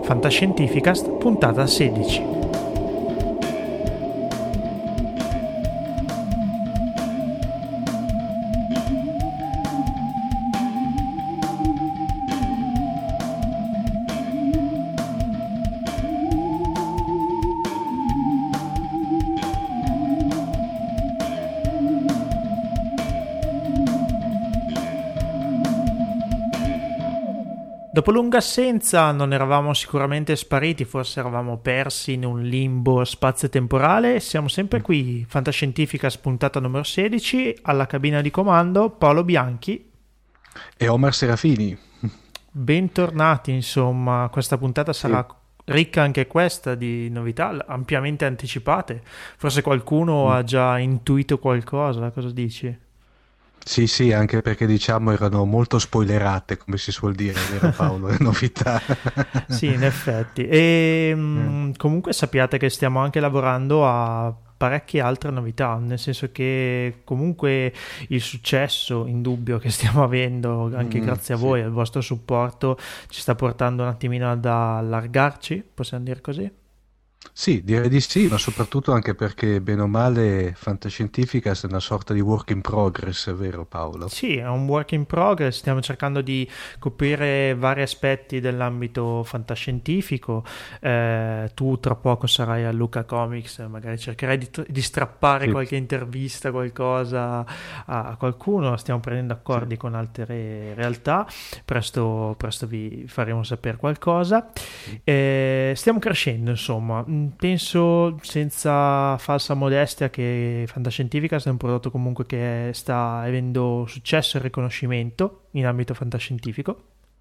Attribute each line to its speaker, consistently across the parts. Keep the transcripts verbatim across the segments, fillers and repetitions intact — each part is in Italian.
Speaker 1: Fantascientificast, puntata sedici. Dopo lunga assenza non eravamo sicuramente spariti, forse eravamo persi in un limbo spazio-temporale. Siamo sempre qui, Fantascientificast puntata numero sedici, alla cabina di comando Paolo Bianchi
Speaker 2: e Omar Serafini.
Speaker 1: Bentornati, insomma, questa puntata sarà sì. ricca anche questa di novità ampiamente anticipate. Forse qualcuno mm. ha già intuito qualcosa, cosa dici?
Speaker 2: Sì, sì, anche perché diciamo erano molto spoilerate, come si suol dire, vero Paolo? Le novità.
Speaker 1: Sì, in effetti. E mm. comunque sappiate che stiamo anche lavorando a parecchie altre novità, nel senso che comunque il successo indubbio che stiamo avendo, anche mm, grazie a voi, sì. al vostro supporto, ci sta portando un attimino ad allargarci, possiamo dire così?
Speaker 2: Sì, direi di sì, ma soprattutto anche perché bene o male Fantascientificast è una sorta di work in progress, è vero Paolo?
Speaker 1: Sì, è un work in progress, stiamo cercando di coprire vari aspetti dell'ambito fantascientifico. Eh, tu tra poco sarai a Luca Comics, magari cercherai di, di strappare sì. qualche intervista, qualcosa a, a qualcuno, stiamo prendendo accordi sì. con altre realtà, presto, presto vi faremo sapere qualcosa. Eh, stiamo crescendo, insomma. Penso senza falsa modestia che Fantascientificast è un prodotto comunque che sta avendo successo e riconoscimento in ambito fantascientifico.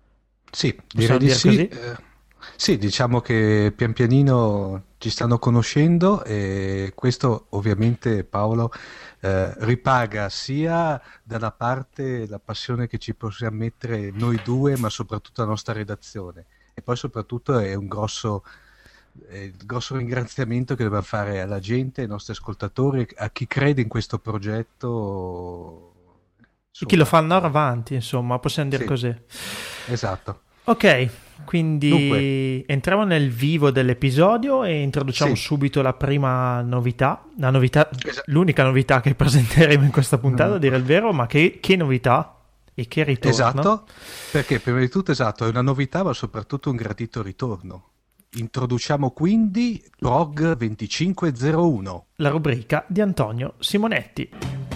Speaker 2: Sì, direi di sì. Eh, sì, diciamo che pian pianino ci stanno conoscendo e questo ovviamente Paolo eh, ripaga sia da una parte la passione che ci possiamo mettere noi due, ma soprattutto la nostra redazione, e poi soprattutto è un grosso il grosso ringraziamento che dobbiamo fare alla gente, ai nostri ascoltatori, a chi crede in questo progetto,
Speaker 1: insomma, chi lo fa andare avanti, insomma, possiamo dire sì, così.
Speaker 2: Esatto.
Speaker 1: Ok, quindi Dunque, entriamo nel vivo dell'episodio e introduciamo sì. subito la prima novità, la novità esatto. l'unica novità che presenteremo in questa puntata, no. a dire il vero, ma che, che novità e che ritorno.
Speaker 2: Esatto, perché prima di tutto esatto, è una novità ma soprattutto un gradito ritorno. Introduciamo quindi Prog venticinque zero uno,
Speaker 1: la rubrica di Antonio Simonetti.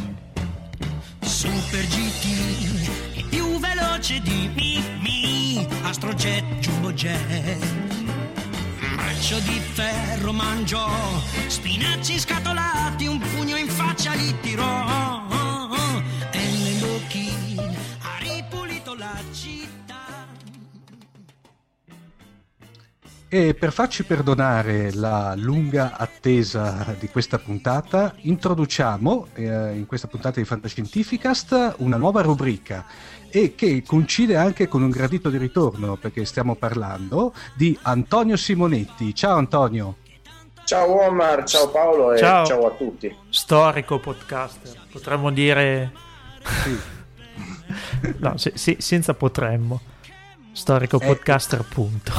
Speaker 3: Super G T, il più veloce di Mi Mi, Astrojet, Jumbo Jet, braccio di ferro mangiò, spinaci scatolati, un pugno in faccia gli tirò, e nell'occhino ha ripulito la città.
Speaker 2: E per farci perdonare la lunga attesa di questa puntata, introduciamo eh, in questa puntata di Fantascientificast una nuova rubrica e che coincide anche con un gradito di ritorno, perché stiamo parlando di Antonio Simonetti. Ciao Antonio.
Speaker 4: Ciao Omar, ciao Paolo e ciao, ciao a tutti.
Speaker 1: Storico podcaster, potremmo dire... Sì. no, se, se, senza potremmo. Storico eh. podcaster, punto.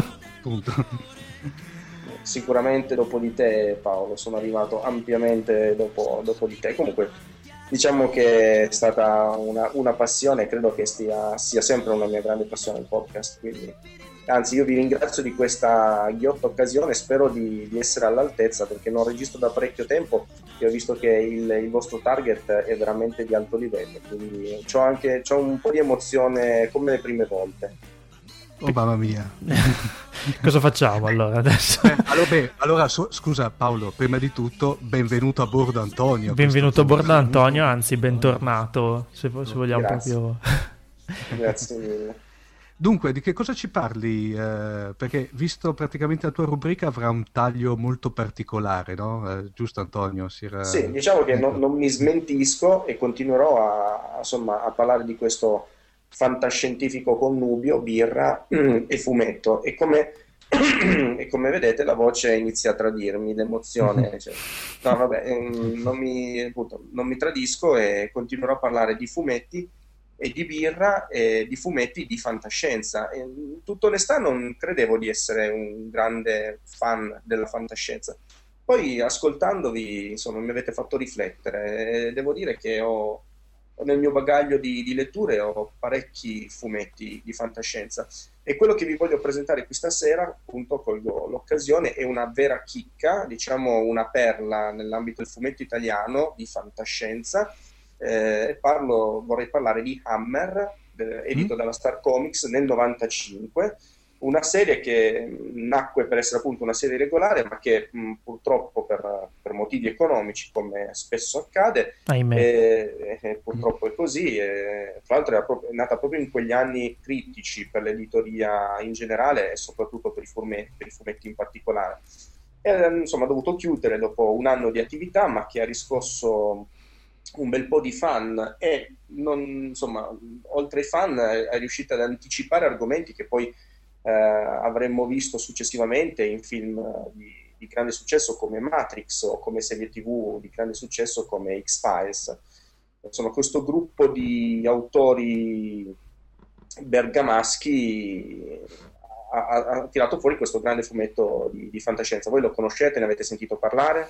Speaker 4: Sicuramente dopo di te Paolo, sono arrivato ampiamente dopo, dopo di te. Comunque diciamo che è stata una, una passione, credo che stia, sia sempre una mia grande passione il podcast, quindi anzi io vi ringrazio di questa ghiotta occasione, spero di, di essere all'altezza perché non registro da parecchio tempo e ho visto che il, il vostro target è veramente di alto livello, quindi c'ho anche c'ho un po' di emozione come le prime volte.
Speaker 2: Oh mamma mia.
Speaker 1: Cosa facciamo allora adesso?
Speaker 2: Eh, allora, beh, allora su, scusa Paolo, prima di tutto benvenuto a bordo Antonio.
Speaker 1: Benvenuto a bordo Antonio, anzi bentornato se, se vogliamo.
Speaker 4: Grazie.
Speaker 1: Proprio.
Speaker 4: Grazie mille.
Speaker 2: Dunque, di che cosa ci parli? Eh, perché visto praticamente la tua rubrica avrà un taglio molto particolare, no? Eh, giusto Antonio? Si era...
Speaker 4: Sì, diciamo che non, non mi smentisco e continuerò a, insomma, a parlare di questo fantascientifico connubio, birra e fumetto, e come, e come vedete la voce inizia a tradirmi, l'emozione, cioè, no vabbè, non mi, appunto, non mi tradisco e continuerò a parlare di fumetti e di birra e di fumetti di fantascienza. E, in tutta onestà, non credevo di essere un grande fan della fantascienza. Poi, ascoltandovi, insomma, mi avete fatto riflettere, e devo dire che ho, nel mio bagaglio di, di letture ho parecchi fumetti di fantascienza, e quello che vi voglio presentare qui stasera, appunto, colgo l'occasione, è una vera chicca, diciamo una perla nell'ambito del fumetto italiano di fantascienza. Eh, parlo, vorrei parlare di Hammer, eh, edito mm. dalla Star Comics nel novantacinque, una serie che nacque per essere appunto una serie regolare, ma che mh, purtroppo per, per motivi economici, come spesso accade, eh, eh, purtroppo è così. Eh, tra l'altro è, proprio, è nata proprio in quegli anni critici per l'editoria in generale, e soprattutto per i fumetti, per i fumetti in particolare. E, insomma, ha dovuto chiudere dopo un anno di attività, ma che ha riscosso un bel po' di fan, e non, insomma, oltre ai fan è riuscita ad anticipare argomenti che poi eh, avremmo visto successivamente in film di, di grande successo come Matrix, o come serie tv di grande successo come X-Files. Insomma, questo gruppo di autori bergamaschi ha, ha, ha tirato fuori questo grande fumetto di, di fantascienza. Voi lo conoscete? Ne avete sentito parlare?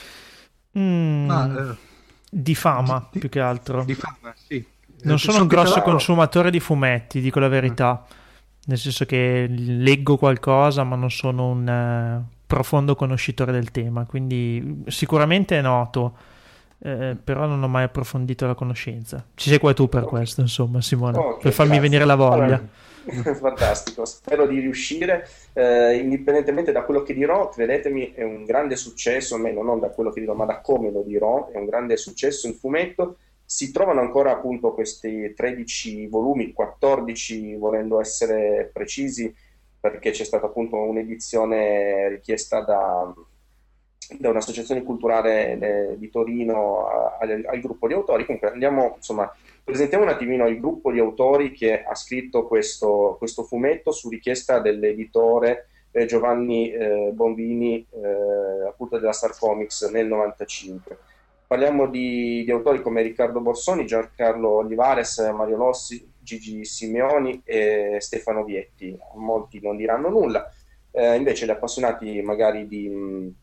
Speaker 1: Mm.
Speaker 2: Ah, eh.
Speaker 1: Di fama,
Speaker 2: di,
Speaker 1: più che altro.
Speaker 2: Di fama, sì.
Speaker 1: Non sono un grosso consumatore di fumetti, dico la verità. Nel senso che leggo qualcosa, ma non sono un uh, profondo conoscitore del tema. Quindi sicuramente è noto, eh, però non ho mai approfondito la conoscenza. Ci sei qua tu per okay. questo, insomma, Simone, okay, per farmi grazie. venire la voglia.
Speaker 4: Allora, fantastico, spero di riuscire. Eh, indipendentemente da quello che dirò, credetemi, è un grande successo, almeno non da quello che dirò, ma da come lo dirò, è un grande successo il fumetto. Si trovano ancora appunto questi tredici volumi, quattordici volendo essere precisi, perché c'è stata appunto un'edizione richiesta da, da un'associazione culturale di Torino a, a, al gruppo di autori. Comunque andiamo, insomma, presentiamo un attimino il gruppo di autori che ha scritto questo, questo fumetto su richiesta dell'editore eh, Giovanni eh, Bombini, eh, appunto della Star Comics nel novantacinque. Parliamo di, di autori come Riccardo Borsoni, Giancarlo Olivares, Mario Lossi, Gigi Simeoni e Stefano Vietti. Molti non diranno nulla, eh, invece gli appassionati magari di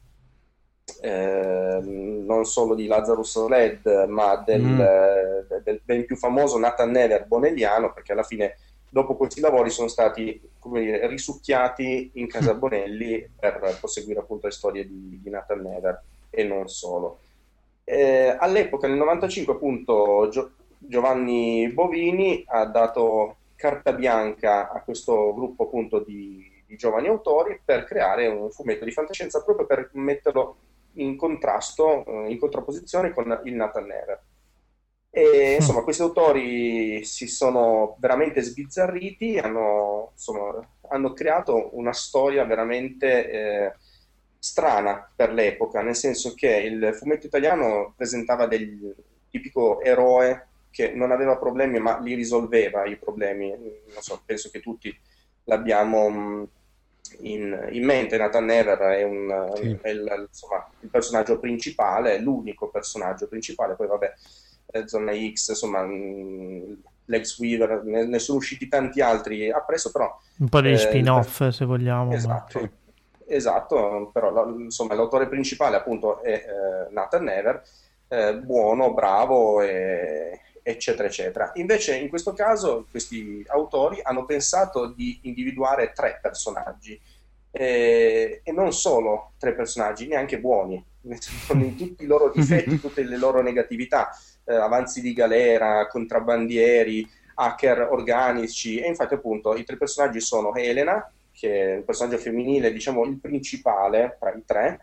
Speaker 4: eh, non solo di Lazarus Led, ma del, mm. eh, del ben più famoso Nathan Never Bonelliano, perché alla fine dopo questi lavori sono stati, come dire, risucchiati in casa Bonelli per proseguire appunto le storie di, di Nathan Never e non solo. Eh, all'epoca, nel novantacinque, appunto, Gio- Giovanni Bovini ha dato carta bianca a questo gruppo appunto di, di giovani autori per creare un fumetto di fantascienza, proprio per metterlo in contrasto, in contrapposizione con il Nathan Never. E insomma, questi autori si sono veramente sbizzarriti, hanno, insomma, hanno creato una storia veramente eh, strana per l'epoca, nel senso che il fumetto italiano presentava del tipico eroe che non aveva problemi, ma li risolveva i problemi. Non so, penso che tutti l'abbiamo in, in mente. Nathan Never è, un, sì. è il, insomma, il personaggio principale, l'unico personaggio principale. Poi vabbè, Zona X, insomma, Lex Weaver, ne, ne sono usciti tanti altri appresso, però
Speaker 1: un po' degli
Speaker 4: eh,
Speaker 1: spin-off, se vogliamo.
Speaker 4: Esatto.
Speaker 1: Ma...
Speaker 4: Esatto, però insomma l'autore principale appunto è eh, Nathan Never, eh, buono, bravo, e, eccetera eccetera. Invece in questo caso questi autori hanno pensato di individuare tre personaggi, eh, e non solo tre personaggi, neanche buoni, con tutti i loro difetti, tutte le loro negatività, eh, avanzi di galera, contrabbandieri, hacker organici, e infatti appunto i tre personaggi sono Elena, che è il personaggio femminile, diciamo il principale tra i tre,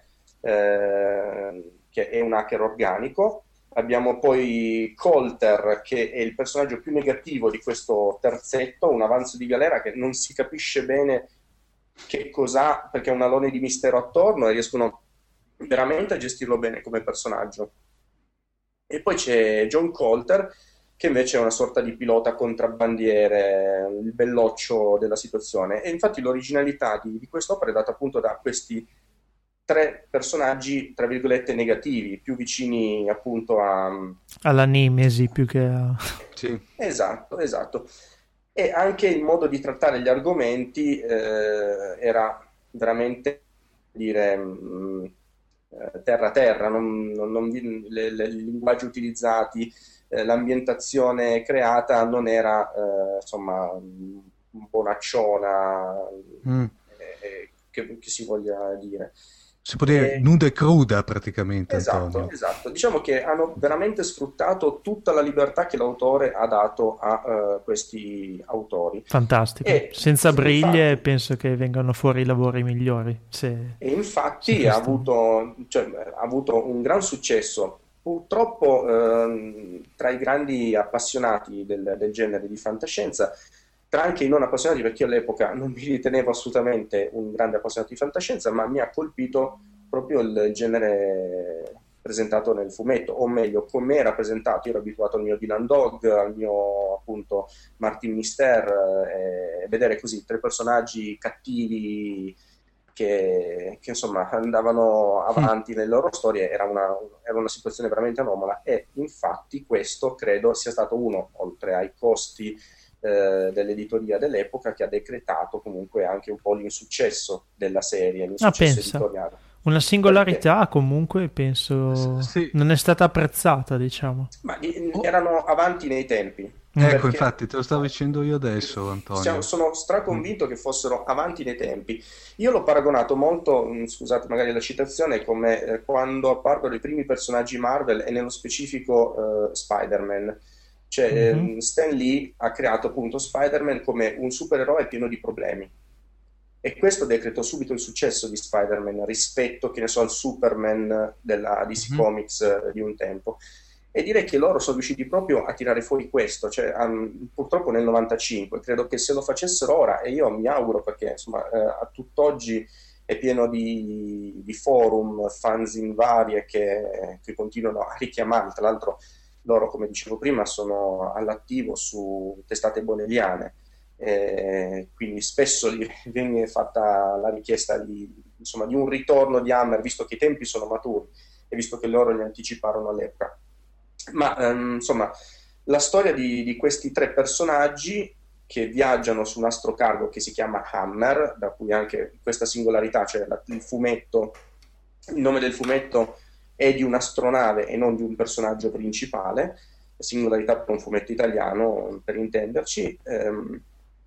Speaker 4: eh, che è un hacker organico. Abbiamo poi Colter, che è il personaggio più negativo di questo terzetto, un avanzo di galera che non si capisce bene che cos'ha, perché è un alone di mistero attorno e riescono veramente a gestirlo bene come personaggio. E poi c'è John Colter, che invece è una sorta di pilota contrabbandiere, il belloccio della situazione. E infatti l'originalità di, di quest'opera è data appunto da questi tre personaggi, tra virgolette, negativi, più vicini appunto a...
Speaker 1: alla nemesi più che a...
Speaker 4: Sì. Esatto, esatto. E anche il modo di trattare gli argomenti eh, era veramente, dire, mh, terra terra, non, non, non, le, le, i linguaggi utilizzati, eh, l'ambientazione creata non era eh, insomma bonacciona, mm. eh, che, che si voglia dire.
Speaker 2: Si può dire e... nuda e cruda praticamente.
Speaker 4: Esatto,
Speaker 2: Antonio.
Speaker 4: Esatto. Diciamo che hanno veramente sfruttato tutta la libertà che l'autore ha dato a uh, questi autori.
Speaker 1: Fantastico. E, senza briglie infatti, penso che vengano fuori i lavori migliori. Se...
Speaker 4: E infatti ha avuto, cioè, ha avuto un gran successo. Purtroppo ehm, tra i grandi appassionati del, del genere di fantascienza, tra anche i non appassionati, perché io all'epoca non mi ritenevo assolutamente un grande appassionato di fantascienza, ma mi ha colpito proprio il genere presentato nel fumetto, o meglio, come era presentato. Io ero abituato al mio Dylan Dog, al mio appunto Martin Mister, e eh, vedere così tre personaggi cattivi che, che insomma andavano avanti nelle loro storie era una, era una situazione veramente anomala, e infatti questo credo sia stato uno, oltre ai costi Eh, dell'editoria dell'epoca, che ha decretato comunque anche un po' l'insuccesso della serie, l'insuccesso
Speaker 1: ah,
Speaker 4: editoriale.
Speaker 1: Una singolarità perché, comunque penso sì. non è stata apprezzata, diciamo.
Speaker 4: Ma erano avanti nei tempi.
Speaker 2: Ecco, infatti te lo stavo dicendo io adesso, Antonio.
Speaker 4: Siamo, sono straconvinto mm. che fossero avanti nei tempi. Io l'ho paragonato molto, scusate magari la citazione, come eh, quando apparvero i primi personaggi Marvel, e nello specifico eh, Spider-Man. Cioè, mm-hmm. Stan Lee ha creato appunto Spider-Man come un supereroe pieno di problemi, e questo decretò subito il successo di Spider-Man rispetto, che ne so, al Superman della D C mm-hmm. Comics eh, di un tempo. E direi che loro sono riusciti proprio a tirare fuori questo, cioè, um, purtroppo nel novantacinque. Credo che se lo facessero ora, e io mi auguro, perché insomma eh, a tutt'oggi è pieno di, di forum, fanzine varie che, che continuano a richiamarli. Tra l'altro loro, come dicevo prima, sono all'attivo su testate bonelliane, eh, quindi spesso gli viene fatta la richiesta di, insomma, di un ritorno di Hammer, visto che i tempi sono maturi e visto che loro li anticiparono all'epoca. Ma ehm, insomma, la storia di, di questi tre personaggi che viaggiano su un astrocargo che si chiama Hammer, da cui anche questa singolarità, cioè la, il fumetto, il nome del fumetto è di un'astronave e non di un personaggio principale, singolarità per un fumetto italiano, per intenderci. Ehm,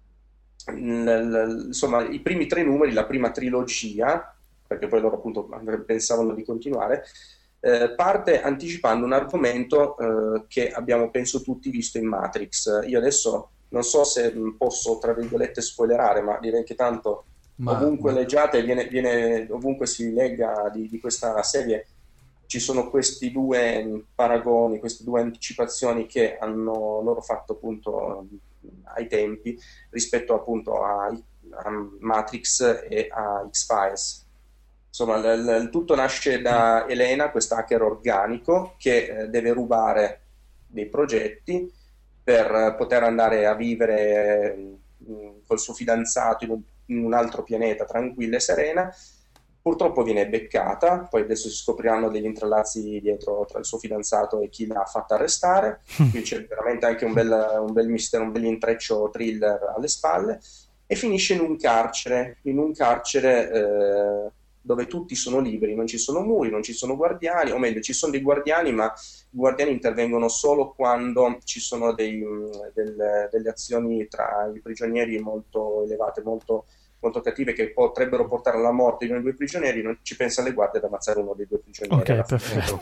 Speaker 4: l, l, insomma, i primi tre numeri, la prima trilogia, perché poi loro appunto pensavano di continuare, eh, parte anticipando un argomento eh, che abbiamo penso tutti visto in Matrix. Io adesso non so se posso tra virgolette spoilerare, ma direi che tanto ma, ovunque ma... leggiate, viene, viene, ovunque si legga di, di questa serie, ci sono questi due paragoni, queste due anticipazioni che hanno loro fatto appunto ai tempi rispetto appunto a, a Matrix e a X-Files. Insomma, l- il tutto nasce da Elena, questa hacker organico che eh, deve rubare dei progetti per poter andare a vivere eh, col suo fidanzato in un, in un altro pianeta tranquilla e serena. Purtroppo viene beccata, poi adesso si scopriranno degli intrallazzi dietro tra il suo fidanzato e chi l'ha fatta arrestare, quindi c'è veramente anche un bel, un bel mistero, un bel intreccio thriller alle spalle, e finisce in un carcere, in un carcere eh, dove tutti sono liberi, non ci sono muri, non ci sono guardiani, o meglio ci sono dei guardiani, ma i guardiani intervengono solo quando ci sono dei, del, delle azioni tra i prigionieri molto elevate, molto molto cattive, che potrebbero portare alla morte di uno dei due prigionieri. Non ci pensa le guardie ad ammazzare uno dei due prigionieri.
Speaker 1: Ok, perfetto.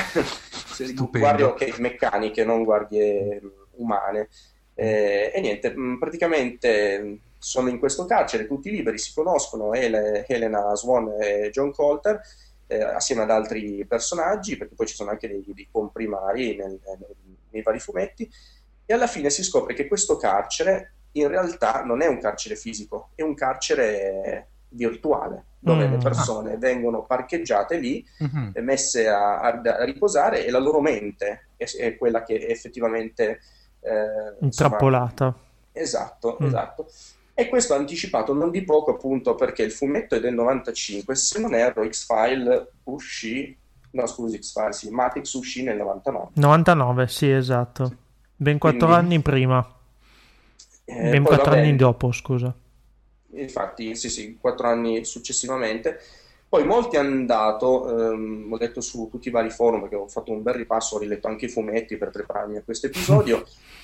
Speaker 4: Guardie ok, meccaniche, non guardie umane. Eh, e niente, praticamente sono in questo carcere, tutti liberi, si conoscono, Ele, Helena Swan e John Coulter, eh, assieme ad altri personaggi, perché poi ci sono anche dei, dei comprimari nel, nel, nei vari fumetti, e alla fine si scopre che questo carcere in realtà non è un carcere fisico, è un carcere virtuale, dove mm. le persone vengono parcheggiate lì, mm-hmm. messe a, a, a riposare, e la loro mente è, è quella che è effettivamente eh,
Speaker 1: intrappolata.
Speaker 4: Insomma, esatto, mm. esatto. E questo ha anticipato non di poco, appunto, perché il fumetto è del novantacinque, se non erro X-File uscì, no scusi, X-File, sì, Matrix uscì nel novantanove.
Speaker 1: novantanove, sì, esatto. Sì. Ben quattro
Speaker 4: Quindi,
Speaker 1: anni prima.
Speaker 4: Eh,
Speaker 1: ben quattro anni dopo, scusa.
Speaker 4: Infatti, sì, sì, quattro anni successivamente. Poi molti hanno dato, ehm, ho letto su tutti i vari forum, perché ho fatto un bel ripasso, ho riletto anche i fumetti per prepararmi a questo episodio.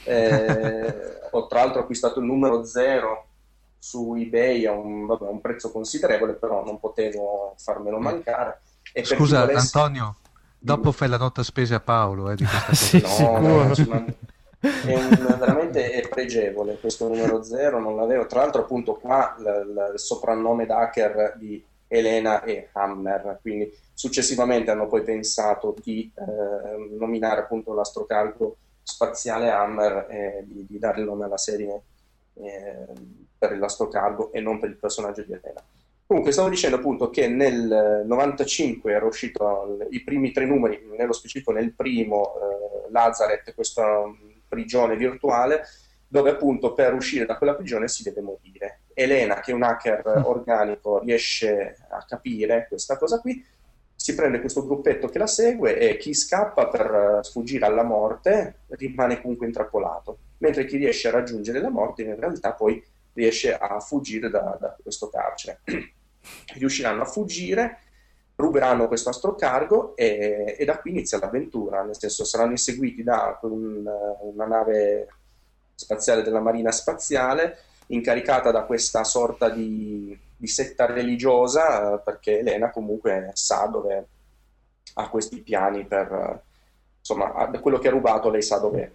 Speaker 4: eh, ho tra l'altro acquistato il numero zero su eBay a un, vabbè, un prezzo considerevole, però non potevo farmelo mancare. E per
Speaker 2: Scusa,
Speaker 4: volesse...
Speaker 2: Antonio, dopo fai la nota spese a Paolo eh, di questa cosa.
Speaker 1: Sì,
Speaker 4: no,
Speaker 1: sicuro.
Speaker 4: No, è un, veramente è pregevole questo numero zero, non l'avevo. Tra l'altro, appunto, qua l, l, il soprannome d'hacker di Elena è Hammer, quindi successivamente hanno poi pensato di eh, nominare appunto l'astrocargo spaziale Hammer e di, di dare il nome alla serie eh, per l'astrocargo e non per il personaggio di Elena. Comunque stavo dicendo appunto che nel novantacinque era uscito i primi tre numeri, nello specifico nel primo eh, Lazareth, questa prigione virtuale, dove appunto per uscire da quella prigione si deve morire. Elena, che è un hacker organico, riesce a capire questa cosa qui, si prende questo gruppetto che la segue e chi scappa per sfuggire alla morte rimane comunque intrappolato, mentre chi riesce a raggiungere la morte in realtà poi riesce a fuggire da, da questo carcere. Riusciranno a fuggire, ruberanno questo astrocargo e, e da qui inizia l'avventura, nel senso saranno inseguiti da un, una nave spaziale della Marina Spaziale incaricata da questa sorta di, di setta religiosa, perché Elena comunque sa dove ha questi piani per, insomma, da quello che ha rubato lei sa dov'è.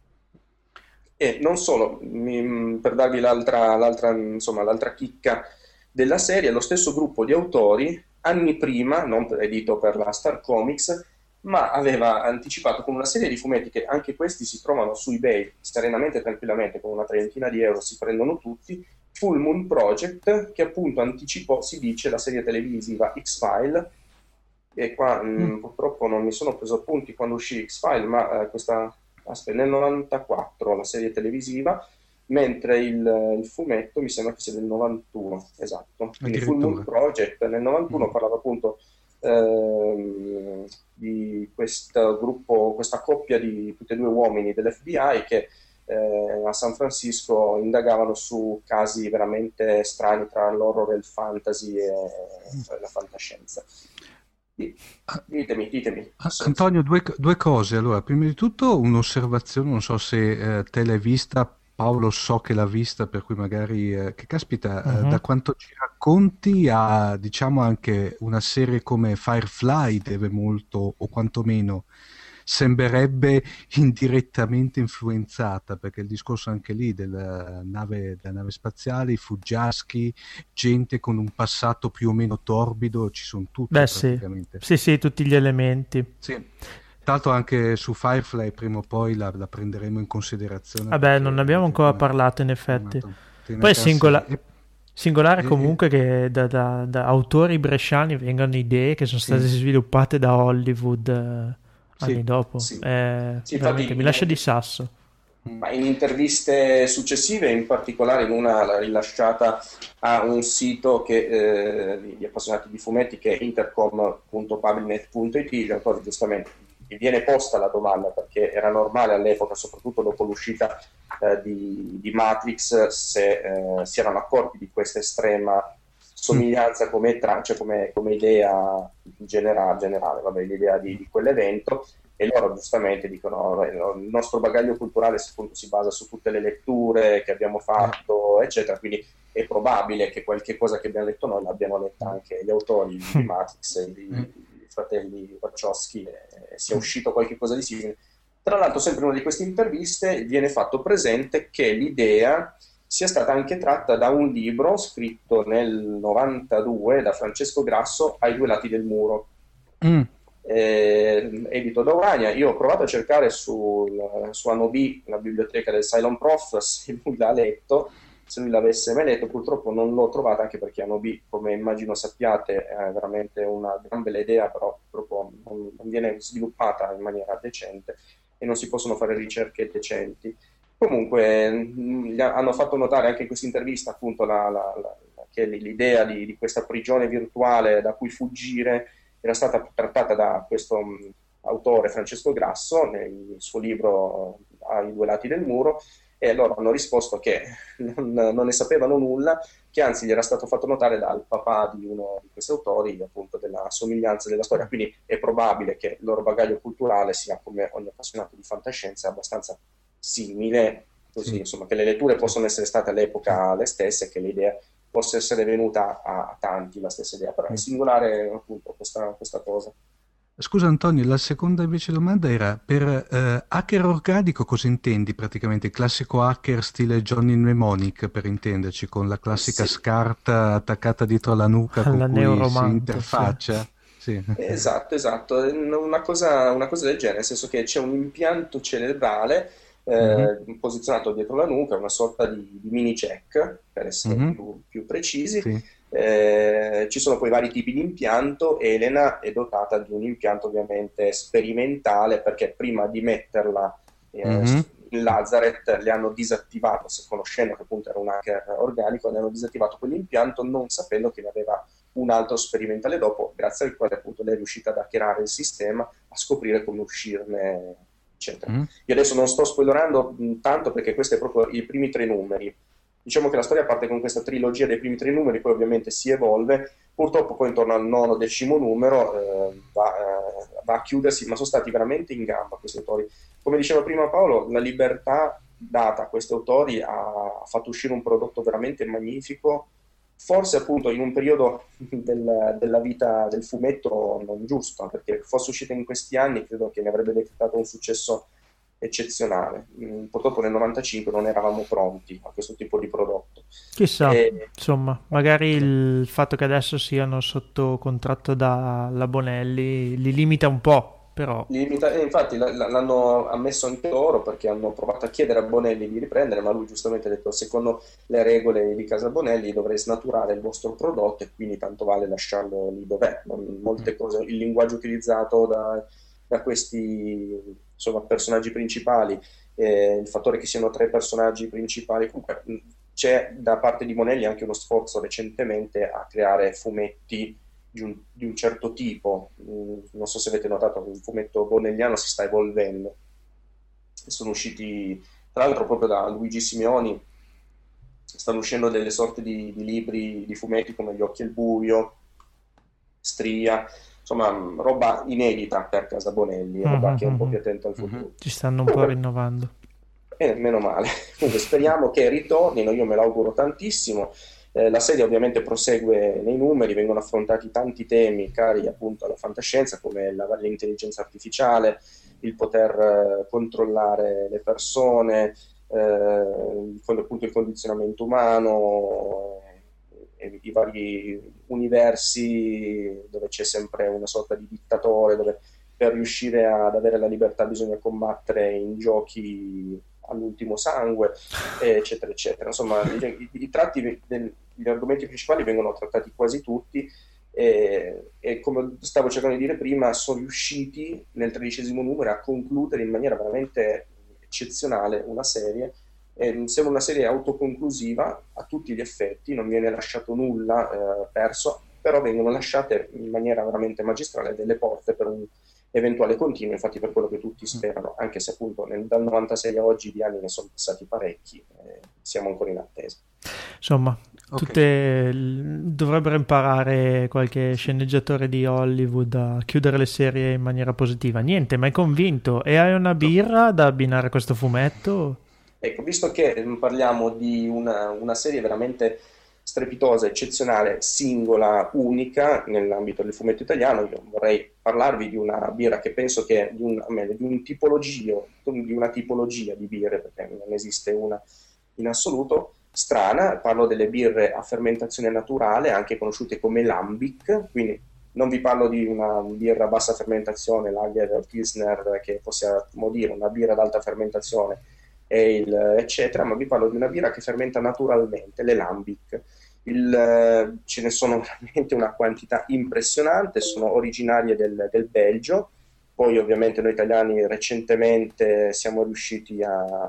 Speaker 4: E non solo, mi, per darvi l'altra, l'altra, insomma, l'altra chicca della serie, lo stesso gruppo di autori anni prima, non edito per la Star Comics, ma aveva anticipato con una serie di fumetti che anche questi si trovano su eBay serenamente e tranquillamente, con una trentina di euro si prendono tutti, Full Moon Project, che appunto anticipò, si dice, la serie televisiva X-File. E qua mm. mh, purtroppo non mi sono preso appunti quando uscì X-File, ma eh, questa aspetta, nel novantaquattro la serie televisiva, mentre il, il fumetto mi sembra che sia del novantuno, esatto. Quindi Full Moon Project nel novantuno mm. parlava appunto ehm, di questo gruppo, questa coppia di tutti e due uomini dell'F B I che eh, a San Francisco indagavano su casi veramente strani tra l'horror e il fantasy e, e la fantascienza. Ditemi, ditemi.
Speaker 2: Antonio, due, due cose. Allora, prima di tutto un'osservazione, non so se eh, te l'hai vista, Paolo so che l'ha vista, per cui magari, eh, che caspita, uh-huh. eh, da quanto ci racconti a, diciamo, anche una serie come Firefly deve molto, o quantomeno sembrerebbe indirettamente influenzata, perché il discorso anche lì della nave, della nave spaziale, i fuggiaschi, gente con un passato più o meno torbido, ci sono tutti.
Speaker 1: Beh, praticamente. Sì. sì, sì, tutti gli elementi.
Speaker 2: Sì. Tra l'altro anche su Firefly prima o poi la, la prenderemo in considerazione.
Speaker 1: Vabbè, non ne abbiamo ancora una, parlato in effetti. Poi è singola- e, singolare e, comunque e, che da, da, da autori bresciani vengano idee che sono state sì. sviluppate da Hollywood eh, anni sì, dopo. Sì. Eh, sì, infatti, mi lascia di sasso.
Speaker 4: Ma in interviste successive, in particolare in una rilasciata a un sito che, eh, di appassionati di fumetti, che è intercom punto publinet punto it, gli autori giustamente gli viene posta la domanda, perché era normale all'epoca, soprattutto dopo l'uscita eh, di, di Matrix, se eh, si erano accorti di questa estrema somiglianza come, tra, cioè come, come idea generale, generale vabbè, l'idea di, di quell'evento, e loro giustamente dicono il nostro bagaglio culturale appunto si basa su tutte le letture che abbiamo fatto, eccetera, quindi è probabile che qualche cosa che abbiamo letto noi l'abbiano letta anche gli autori di Matrix e di, di fratelli Wachowski, e sia uscito qualche cosa di simile. Tra l'altro, sempre in una di queste interviste viene fatto presente che l'idea sia stata anche tratta da un libro scritto nel novantadue da Francesco Grasso, Ai due lati del muro, mm. eh, edito da Urania. Io ho provato a cercare sul, su Anobi, la biblioteca del Cylon Prof, se lui l'ha letto, se lui l'avesse mai letto. Purtroppo non l'ho trovata, anche perché Anobi, come immagino sappiate, è veramente una gran bella idea, però purtroppo non, non viene sviluppata in maniera decente e non si possono fare ricerche decenti. Comunque mh, hanno fatto notare anche in questa intervista appunto la, la, la, che l'idea di, di questa prigione virtuale da cui fuggire era stata trattata da questo mh, autore Francesco Grasso nel suo libro Ai due lati del muro, e loro hanno risposto che non, non ne sapevano nulla, che anzi gli era stato fatto notare dal papà di uno di questi autori appunto della somiglianza della storia, quindi è probabile che il loro bagaglio culturale sia, come ogni appassionato di fantascienza, abbastanza simile, così sì. Insomma, che le letture possono essere state all'epoca le stesse, che l'idea possa essere venuta a, a tanti la stessa idea, però è singolare appunto questa, questa cosa.
Speaker 2: Scusa Antonio, la seconda invece domanda era per eh, hacker organico cosa intendi praticamente? Il classico hacker stile Johnny Mnemonic, per intenderci, con la classica sì. scarta attaccata dietro la nuca con la cui si interfaccia? Sì. Sì.
Speaker 4: Esatto, esatto, una cosa, una cosa del genere, nel senso che c'è un impianto cerebrale eh, mm-hmm. posizionato dietro la nuca, una sorta di, di mini check, per essere mm-hmm. più, più precisi. Sì. Eh, ci sono poi vari tipi di impianto. Elena è dotata di un impianto ovviamente sperimentale, perché prima di metterla eh, mm-hmm. in Lazaret le hanno disattivato, se conoscendo che appunto era un hacker organico, le hanno disattivato quell'impianto non sapendo che ne aveva un altro sperimentale dopo, grazie al quale appunto lei è riuscita ad hackerare il sistema, a scoprire come uscirne, eccetera. Mm-hmm. Io adesso non sto spoilerando tanto, perché questi sono proprio i primi tre numeri. Diciamo che la storia parte con questa trilogia dei primi tre numeri, poi ovviamente si evolve, purtroppo poi intorno al nono decimo numero eh, va, eh, va a chiudersi, ma sono stati veramente in gamba questi autori. Come diceva prima Paolo, la libertà data a questi autori ha fatto uscire un prodotto veramente magnifico, forse appunto in un periodo del, della vita del fumetto non giusto, perché fosse uscito in questi anni credo che ne avrebbe decretato un successo eccezionale. Purtroppo nel novantacinque non eravamo pronti a questo tipo di prodotto.
Speaker 1: Chissà, e... insomma, magari il fatto che adesso siano sotto contratto dalla Bonelli li limita un po', però...
Speaker 4: Li limita... E infatti l- l- l'hanno ammesso anche loro, perché hanno provato a chiedere a Bonelli di riprendere, ma lui giustamente ha detto: secondo le regole di casa Bonelli dovrei snaturare il vostro prodotto e quindi tanto vale lasciarlo lì dov'è. Molte cose, il linguaggio utilizzato da, da questi... insomma, personaggi principali, eh, il fattore che siano tre personaggi principali, comunque c'è da parte di Bonelli anche uno sforzo recentemente a creare fumetti di un, di un certo tipo. Mm, non so se avete notato, il fumetto bonelliano si sta evolvendo, sono usciti tra l'altro proprio da Luigi Simeoni, stanno uscendo delle sorte di, di libri di fumetti come Gli occhi al buio, Stria, insomma roba inedita per casa Bonelli, mm-hmm, roba che è un po' più attenta al futuro.
Speaker 1: Ci stanno un po' rinnovando.
Speaker 4: E meno male. Comunque speriamo che ritornino, io me l'auguro tantissimo. Eh, la serie ovviamente prosegue nei numeri, vengono affrontati tanti temi cari appunto alla fantascienza, come la, l'intelligenza artificiale, il poter eh, controllare le persone, eh, appunto il condizionamento umano, eh, i vari universi dove c'è sempre una sorta di dittatore, dove per riuscire ad avere la libertà bisogna combattere in giochi all'ultimo sangue, eccetera eccetera. Insomma, i, i tratti del, gli argomenti principali vengono trattati quasi tutti, e, e come stavo cercando di dire prima, sono riusciti nel tredicesimo numero a concludere in maniera veramente eccezionale una serie. E sembra una serie autoconclusiva a tutti gli effetti, non viene lasciato nulla eh, perso, però vengono lasciate in maniera veramente magistrale delle porte per un eventuale continuo, infatti per quello che tutti sperano, anche se appunto nel, dal novantasei a oggi di anni ne sono passati parecchi, eh, siamo ancora in attesa.
Speaker 1: Insomma, tutte okay. Dovrebbero imparare qualche sceneggiatore di Hollywood a chiudere le serie in maniera positiva. Niente, ma hai convinto? E hai una birra da abbinare a questo fumetto?
Speaker 4: Ecco, visto che parliamo di una, una serie veramente strepitosa, eccezionale, singola, unica nell'ambito del fumetto italiano, io vorrei parlarvi di una birra che penso che di un, meglio, di un tipologia, di una tipologia di birre, perché non esiste una in assoluto, strana. Parlo delle birre a fermentazione naturale, anche conosciute come lambic, quindi non vi parlo di una birra a bassa fermentazione, lager o pilsner, che possiamo dire una birra ad alta fermentazione, e il, eccetera, ma vi parlo di una birra che fermenta naturalmente, le lambic. Il, ce ne sono veramente una quantità impressionante, sono originarie del, del Belgio, poi ovviamente noi italiani recentemente siamo riusciti a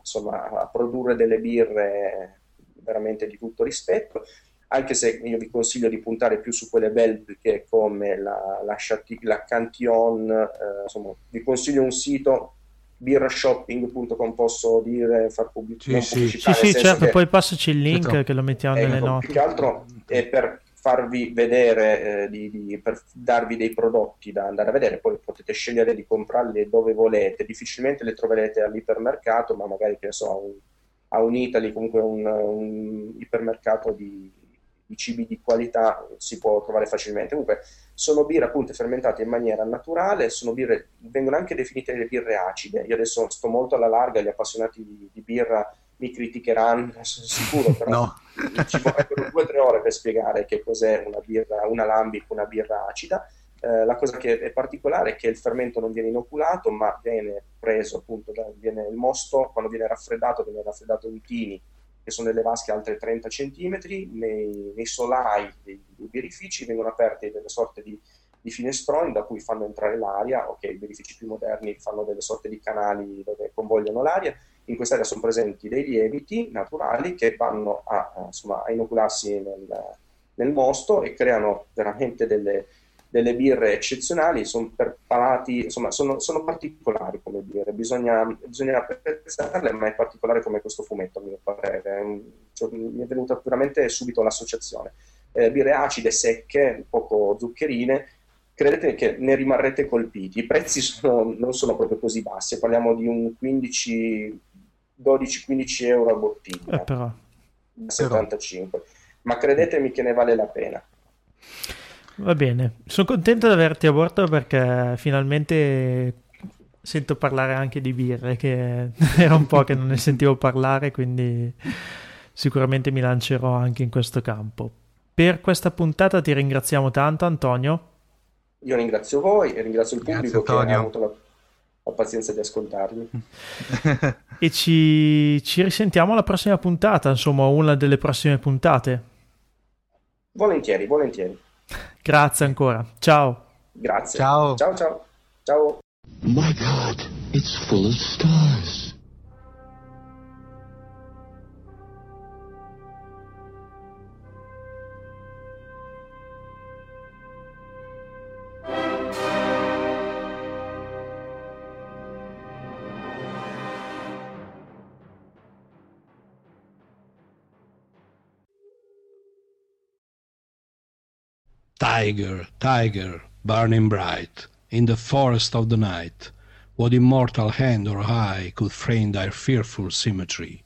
Speaker 4: insomma, a produrre delle birre veramente di tutto rispetto, anche se io vi consiglio di puntare più su quelle belliche come la, la, Chati, la Cantillon, eh, insomma, vi consiglio un sito birrashopping punto com, posso dire, far pubblic-
Speaker 2: sì,
Speaker 4: non
Speaker 2: sì.
Speaker 4: pubblicità,
Speaker 1: sì, sì, certo,
Speaker 4: che,
Speaker 1: poi passaci il link
Speaker 2: certo,
Speaker 1: che lo mettiamo
Speaker 4: ecco,
Speaker 1: nelle note.
Speaker 4: più che altro è per farvi vedere, eh, di, di, per darvi dei prodotti da andare a vedere, poi potete scegliere di comprarli dove volete, difficilmente li troverete all'ipermercato, ma magari, che so, a un, a un Italy, comunque un, un ipermercato di, di cibi di qualità si può trovare facilmente. Comunque sono birre appunto fermentate in maniera naturale, sono birre, vengono anche definite le birre acide. Io adesso sto molto alla larga, gli appassionati di, di birra mi criticheranno, sono sicuro, però
Speaker 2: no.
Speaker 4: ci vorrebbero due o tre ore per spiegare che cos'è una birra, una lambic, una birra acida. Eh, la cosa che è particolare è che il fermento non viene inoculato, ma viene preso appunto, da, viene il mosto, quando viene raffreddato, viene raffreddato in tini, che sono delle vasche alte trenta centimetri, nei, nei solai dei, dei birrifici vengono aperti delle sorte di, di finestroni da cui fanno entrare l'aria. Ok, i birrifici più moderni fanno delle sorte di canali dove convogliano l'aria. In quest'area sono presenti dei lieviti naturali che vanno a, a, insomma, a inocularsi nel, nel mosto e creano veramente delle, delle birre eccezionali. Sono per palati, insomma, sono, sono particolari come birre, bisogna, bisogna apprezzarle, ma è particolare come questo fumetto, a mio parere. Cioè, mi è venuta veramente subito l'associazione. Eh, birre acide, secche, poco zuccherine. Credete che ne rimarrete colpiti. I prezzi sono, non sono proprio così bassi, parliamo di un quindici, dodici quindici euro a bottiglia,
Speaker 1: eh però.
Speaker 4: settantacinque, ma credetemi che ne vale la pena.
Speaker 1: Va bene, sono contento di averti a bordo perché finalmente sento parlare anche di birre, che era un po' che non ne sentivo parlare, quindi sicuramente mi lancerò anche in questo campo. Per questa puntata ti ringraziamo tanto, Antonio.
Speaker 4: Io ringrazio voi e ringrazio il pubblico
Speaker 2: Grazie,
Speaker 4: che ha avuto la, la pazienza di ascoltarmi.
Speaker 1: E ci, ci risentiamo alla prossima puntata, insomma, una delle prossime puntate.
Speaker 4: Volentieri, volentieri.
Speaker 1: Grazie ancora. Ciao.
Speaker 4: Grazie.
Speaker 2: Ciao.
Speaker 4: Ciao, ciao. Ciao.
Speaker 5: My God, it's full of stars.
Speaker 6: Tiger, tiger, burning bright, in the forest of the night, what immortal hand or eye could frame thy fearful symmetry?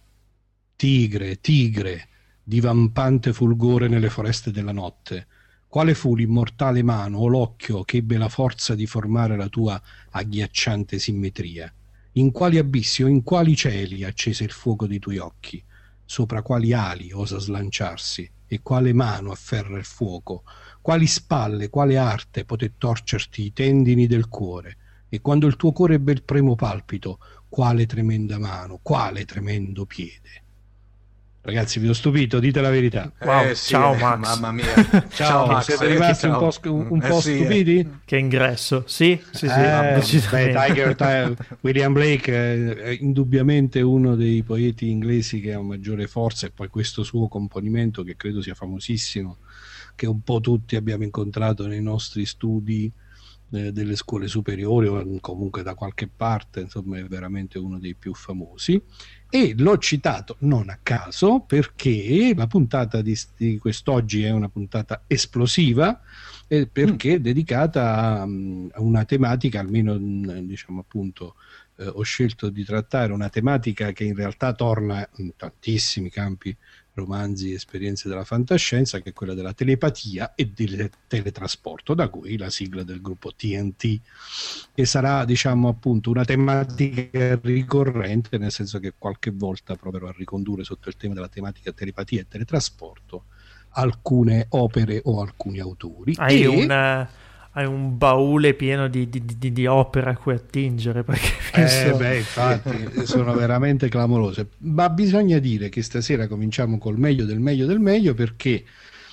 Speaker 6: Tigre, tigre, divampante fulgore nelle foreste della notte, quale fu l'immortale mano o l'occhio che ebbe la forza di formare la tua agghiacciante simmetria? In quali abissi o in quali cieli accese il fuoco dei tuoi occhi? Sopra quali ali osa slanciarsi? E quale mano afferra il fuoco? Quali spalle, quale arte poté torcerti i tendini del cuore? E quando il tuo cuore ebbe il primo palpito, quale tremenda mano, quale tremendo piede? Ragazzi, vi ho stupito, dite la verità.
Speaker 1: Wow,
Speaker 2: Eh, sì,
Speaker 1: ciao
Speaker 2: eh,
Speaker 1: Max.
Speaker 2: mamma mia.
Speaker 6: Ciao,
Speaker 2: Ciao, Max.
Speaker 6: siete
Speaker 2: Eh,
Speaker 6: rimasti
Speaker 2: ciao.
Speaker 6: un po', sc- un
Speaker 2: Eh,
Speaker 6: po'
Speaker 2: sì, eh.
Speaker 6: stupiti?
Speaker 1: Che ingresso. Sì, sì, sì.
Speaker 6: Eh,
Speaker 1: decisamente.
Speaker 6: beh, Tiger, Tiger, William Blake è indubbiamente uno dei poeti inglesi che ha maggiore forza, e poi questo suo componimento che credo sia famosissimo, che un po' tutti abbiamo incontrato nei nostri studi eh, delle scuole superiori o comunque da qualche parte, insomma è veramente uno dei più famosi. E l'ho citato non a caso perché la puntata di, di quest'oggi è una puntata esplosiva, eh, perché è dedicata a, a una tematica, almeno diciamo appunto eh, ho scelto di trattare una tematica che in realtà torna in tantissimi campi, romanzi, esperienze della fantascienza, che è quella della telepatia e del teletrasporto, da cui la sigla del gruppo T N T, che sarà diciamo appunto una tematica ricorrente, nel senso che qualche volta proverò a ricondurre sotto il tema della tematica telepatia e teletrasporto alcune opere o alcuni autori.
Speaker 1: Hai
Speaker 6: e...
Speaker 1: un... hai un baule pieno di, di, di, di opere a cui attingere, perché penso...
Speaker 6: Eh beh, infatti sono veramente clamorose, ma bisogna dire che stasera cominciamo col meglio del meglio del meglio, perché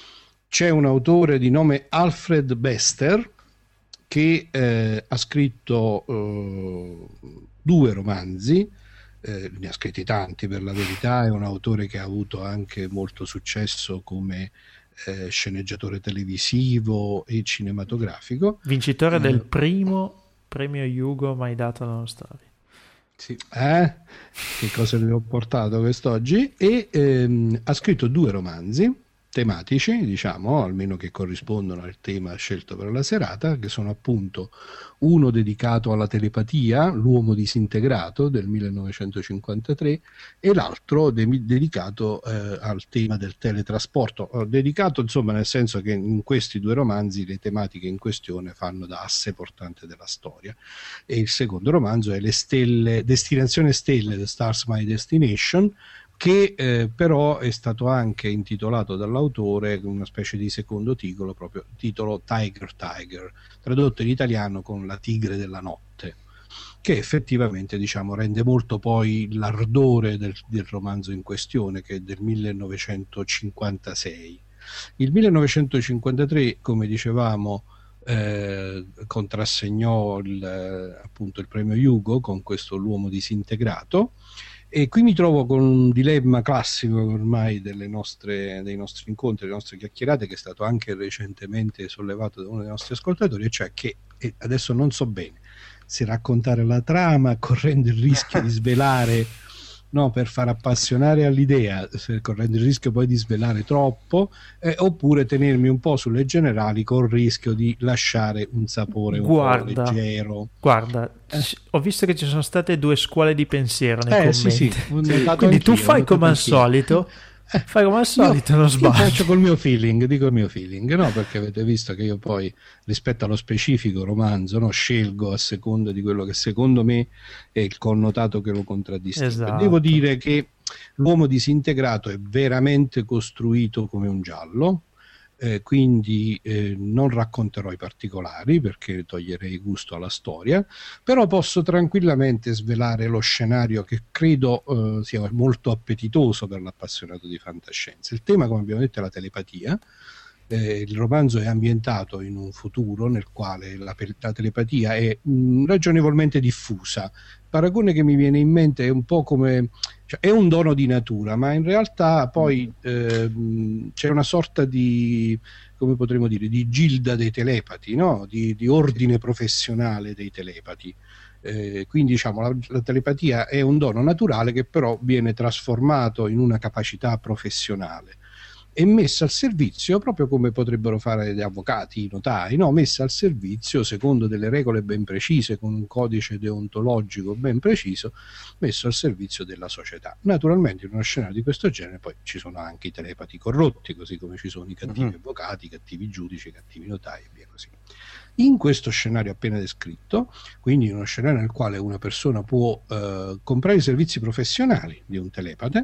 Speaker 6: c'è un autore di nome Alfred Bester che eh, ha scritto eh, due romanzi, eh, ne ha scritti tanti per la verità, è un autore che ha avuto anche molto successo come eh, sceneggiatore televisivo e cinematografico,
Speaker 1: vincitore
Speaker 6: eh,
Speaker 1: del primo premio Hugo mai dato alla nostra vita.
Speaker 6: Sì. Eh? Che cosa vi ho portato quest'oggi? E ehm, ha scritto due romanzi tematici, diciamo, almeno che corrispondono al tema scelto per la serata, che sono appunto uno dedicato alla telepatia, L'uomo disintegrato del millenovecentocinquantatré, e l'altro de- dedicato eh, al tema del teletrasporto. Eh, dedicato insomma nel senso che in questi due romanzi le tematiche in questione fanno da asse portante della storia, e il secondo romanzo è Le stelle, Destinazione Stelle, The Stars My Destination, che eh, però è stato anche intitolato dall'autore con una specie di secondo titolo, proprio titolo Tiger Tiger, tradotto in italiano con La tigre della notte, che effettivamente, diciamo, rende molto poi l'ardore del, del romanzo in questione, che è del millenovecentocinquantasei. Il millenovecentocinquantatré, come dicevamo, eh, contrassegnò il, appunto il premio Hugo con questo L'uomo disintegrato. E qui mi trovo con un dilemma classico ormai delle nostre, dei nostri incontri, delle nostre chiacchierate, che è stato anche recentemente sollevato da uno dei nostri ascoltatori, e cioè che e adesso non so bene se raccontare la trama correndo il rischio di svelare, no, per far appassionare all'idea, correndo il rischio poi di svelare troppo, eh, oppure tenermi un po' sulle generali col rischio di lasciare un sapore un
Speaker 1: guarda,
Speaker 6: po' leggero.
Speaker 1: Guarda, eh. ho visto che ci sono state due scuole di pensiero nei
Speaker 6: eh,
Speaker 1: commenti.
Speaker 6: Sì, sì.
Speaker 1: Quindi tu fai come al solito. Eh, fai come al solito, non sbaglio.
Speaker 6: Io faccio col mio feeling, dico il mio feeling, no? Perché avete visto che io poi, rispetto allo specifico romanzo, no, scelgo a seconda di quello che secondo me è il connotato che lo contraddistingue.
Speaker 1: Esatto.
Speaker 6: Devo dire che L'uomo disintegrato è veramente costruito come un giallo, eh, quindi eh, non racconterò i particolari perché toglierei gusto alla storia, però posso tranquillamente svelare lo scenario, che credo eh, sia molto appetitoso per l'appassionato di fantascienza. Il tema, come abbiamo detto, è la telepatia. Eh, il romanzo è ambientato in un futuro nel quale la, la telepatia è mh, ragionevolmente diffusa. Il paragone che mi viene in mente è un po' come, cioè, è un dono di natura, ma in realtà poi eh, c'è una sorta di, come potremmo dire, di gilda dei telepati, no? di, di ordine professionale dei telepati. Eh, quindi diciamo la, la telepatia è un dono naturale che però viene trasformato in una capacità professionale e messa al servizio, proprio come potrebbero fare gli avvocati, i notai, no? Messa al servizio secondo delle regole ben precise, con un codice deontologico ben preciso, messo al servizio della società. Naturalmente in uno scenario di questo genere poi ci sono anche i telepati corrotti, così come ci sono i cattivi uh-huh. avvocati, i cattivi giudici, i cattivi notai e via così. In questo scenario appena descritto, quindi in uno scenario nel quale una persona può eh, comprare i servizi professionali di un telepate,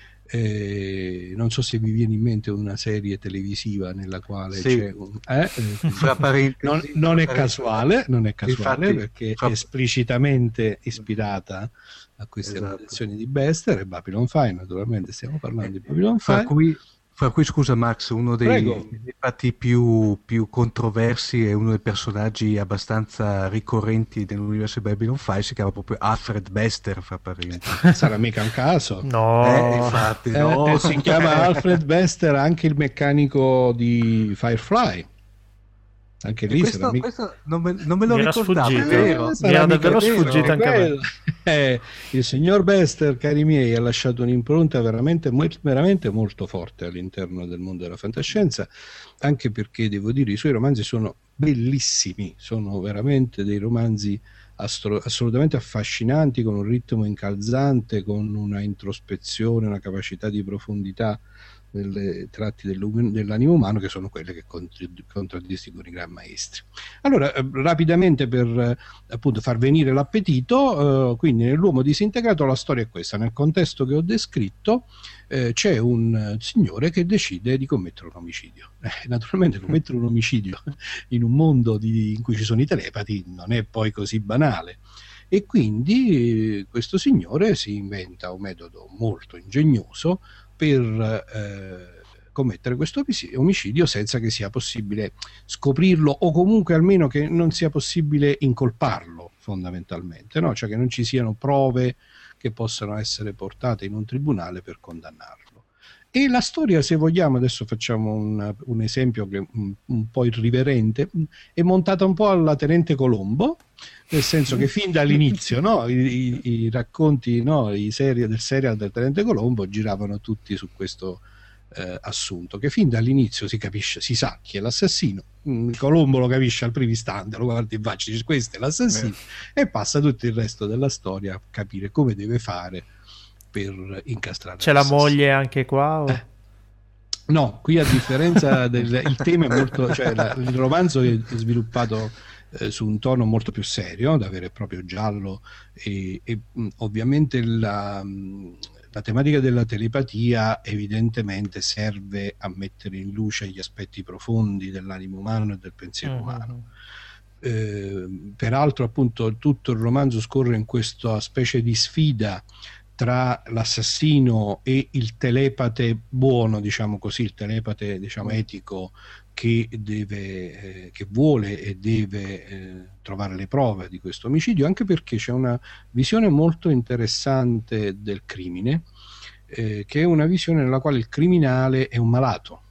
Speaker 6: Eh, non so se vi viene in mente una serie televisiva nella quale
Speaker 2: sì.
Speaker 6: c'è un eh,
Speaker 2: fra parentesi,
Speaker 6: non, non è casuale, non è casuale,
Speaker 2: infatti,
Speaker 6: perché
Speaker 2: fra...
Speaker 6: è esplicitamente ispirata a queste
Speaker 2: esatto.
Speaker 6: produzioni di Bester e Babylon five, naturalmente stiamo parlando di Babylon five.
Speaker 2: Fra cui, fra cui scusa Max, uno dei fatti più, più controversi e uno dei personaggi abbastanza ricorrenti nell'universo di Babylon five si chiama proprio Alfred Bester, fra parentesi.
Speaker 6: Sarà mica un caso.
Speaker 1: No,
Speaker 2: eh, infatti,
Speaker 6: eh,
Speaker 2: no.
Speaker 6: Eh, si chiama Alfred Bester anche il meccanico di Firefly. Anche lì
Speaker 2: questo,
Speaker 6: mica...
Speaker 2: questo non, me, non me lo
Speaker 1: mi era
Speaker 2: ricordavo,
Speaker 1: sfuggito.
Speaker 2: è vero.
Speaker 1: Mi era davvero sfuggito anche a me.
Speaker 6: Eh, il signor Bester, cari miei, ha lasciato un'impronta veramente, veramente molto forte all'interno del mondo della fantascienza, anche perché devo dire i suoi romanzi sono bellissimi, sono veramente dei romanzi astro- assolutamente affascinanti, con un ritmo incalzante, con una introspezione, una capacità di profondità delle tratti dell'animo umano, che sono quelle che contraddistinguono i gran maestri. Allora, eh, rapidamente per eh, appunto far venire l'appetito, eh, quindi nell'uomo disintegrato la storia è questa: nel contesto che ho descritto eh, c'è un eh, signore che decide di commettere un omicidio. Eh, naturalmente commettere un omicidio in un mondo di, in cui ci sono i telepati non è poi così banale, e quindi eh, questo signore si inventa un metodo molto ingegnoso per eh, commettere questo omicidio senza che sia possibile scoprirlo, o comunque almeno che non sia possibile incolparlo, fondamentalmente, no? Cioè che non ci siano prove che possano essere portate in un tribunale per condannarlo. E la storia, se vogliamo, adesso facciamo un, un esempio che un, un po' irriverente, è montata un po' alla Tenente Colombo, nel senso che fin dall'inizio, no, i, i, i racconti, no, i serie, del serial del Tenente Colombo giravano tutti su questo eh, assunto, che fin dall'inizio si capisce, si sa chi è l'assassino. Colombo lo capisce al primo istante, lo guarda in faccia e dice questo è l'assassino, eh. e passa tutto il resto della storia a capire come deve fare per incastrare.
Speaker 1: C'è la moglie anche qua? O?
Speaker 6: Eh. No, qui a differenza del il tema è molto, cioè la, il romanzo è sviluppato eh, su un tono molto più serio, da vero e proprio giallo, e, e mh, ovviamente la, mh, la tematica della telepatia evidentemente serve a mettere in luce gli aspetti profondi dell'animo umano e del pensiero uh-huh. umano. Eh, peraltro appunto tutto il romanzo scorre in questa specie di sfida tra l'assassino e il telepate buono, diciamo così, il telepate diciamo etico che deve eh, che vuole e deve eh, trovare le prove di questo omicidio, anche perché c'è una visione molto interessante del crimine, eh, che è una visione nella quale il criminale è un malato.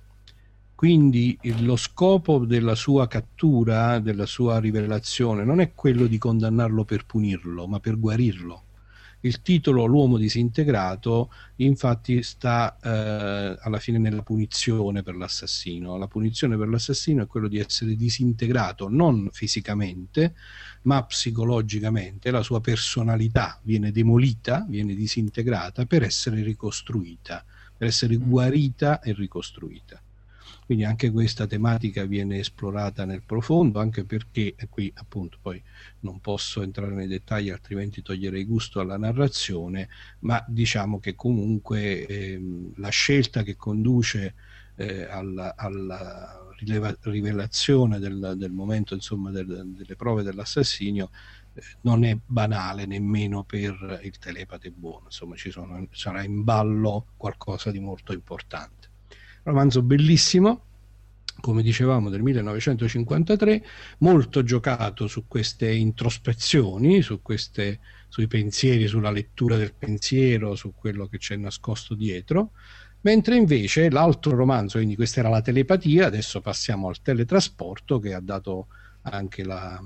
Speaker 6: Quindi lo scopo della sua cattura, della sua rivelazione, non è quello di condannarlo per punirlo, ma per guarirlo. Il titolo L'uomo disintegrato infatti sta eh, alla fine nella punizione per l'assassino. La punizione per l'assassino è quello di essere disintegrato non fisicamente ma psicologicamente. La sua personalità viene demolita, viene disintegrata per essere ricostruita, per essere guarita e ricostruita. Quindi anche questa tematica viene esplorata nel profondo, anche perché, e qui appunto poi non posso entrare nei dettagli altrimenti toglierei gusto alla narrazione, ma diciamo che comunque ehm, la scelta che conduce eh, alla, alla rileva- rivelazione del, del momento, insomma, del, delle prove dell'assassinio eh, non è banale nemmeno per il telepate buono, insomma ci sono, sarà in ballo qualcosa di molto importante. Romanzo bellissimo, come dicevamo, del millenovecentocinquantatré, molto giocato su queste introspezioni, su queste, sui pensieri, sulla lettura del pensiero, su quello che c'è nascosto dietro, mentre invece l'altro romanzo, quindi questa era la telepatia, adesso passiamo al teletrasporto, che ha dato anche la,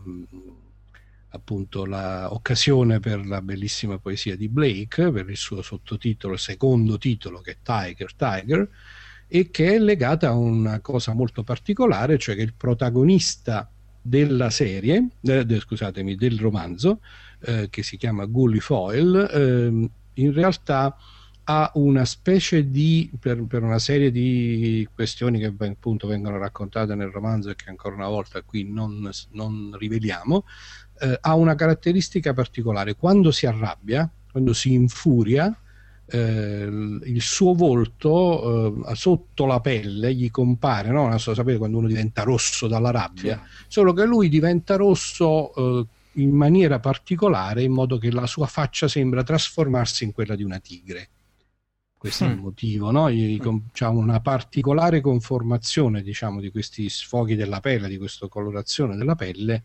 Speaker 6: appunto, la occasione per la bellissima poesia di Blake, per il suo sottotitolo, secondo titolo, che è Tiger, Tiger, e che è legata a una cosa molto particolare, cioè che il protagonista della serie, eh, de, scusatemi, del romanzo, eh, che si chiama Gully Foyle, eh, in realtà ha una specie di, per, per una serie di questioni che appunto vengono raccontate nel romanzo e che ancora una volta qui non, non riveliamo, eh, ha una caratteristica particolare. Quando si arrabbia, quando si infuria, Eh, il suo volto eh, sotto la pelle gli compare, no? Non so, sapete quando uno diventa rosso dalla rabbia, sì. Solo che lui diventa rosso eh, in maniera particolare, in modo che la sua faccia sembra trasformarsi in quella di una tigre. Questo mm. è il motivo, no? C'ha una particolare conformazione, diciamo, di questi sfoghi della pelle, di questa colorazione della pelle,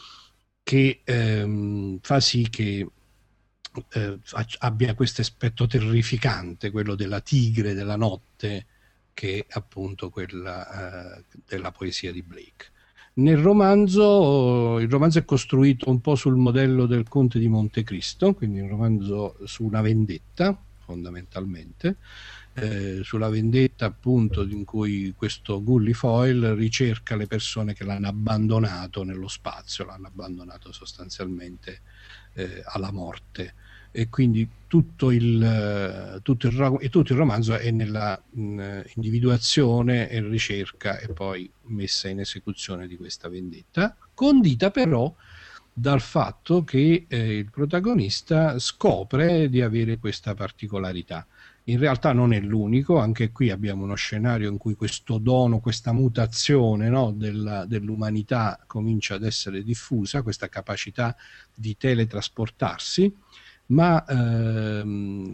Speaker 6: che ehm, fa sì che Eh, abbia questo aspetto terrificante, quello della tigre della notte, che è appunto quella eh, della poesia di Blake. Nel romanzo, il romanzo è costruito un po' sul modello del Conte di Montecristo, quindi un romanzo su una vendetta, fondamentalmente, eh, sulla vendetta appunto in cui questo Gully Foyle ricerca le persone che l'hanno abbandonato nello spazio, l'hanno abbandonato sostanzialmente eh, alla morte. E quindi tutto il, tutto il, e tutto il romanzo è nella mh, individuazione e ricerca e poi messa in esecuzione di questa vendetta, condita però dal fatto che eh, il protagonista scopre di avere questa particolarità. In realtà non è l'unico, anche qui abbiamo uno scenario in cui questo dono, questa mutazione, no, della, dell'umanità comincia ad essere diffusa, questa capacità di teletrasportarsi, ma ehm,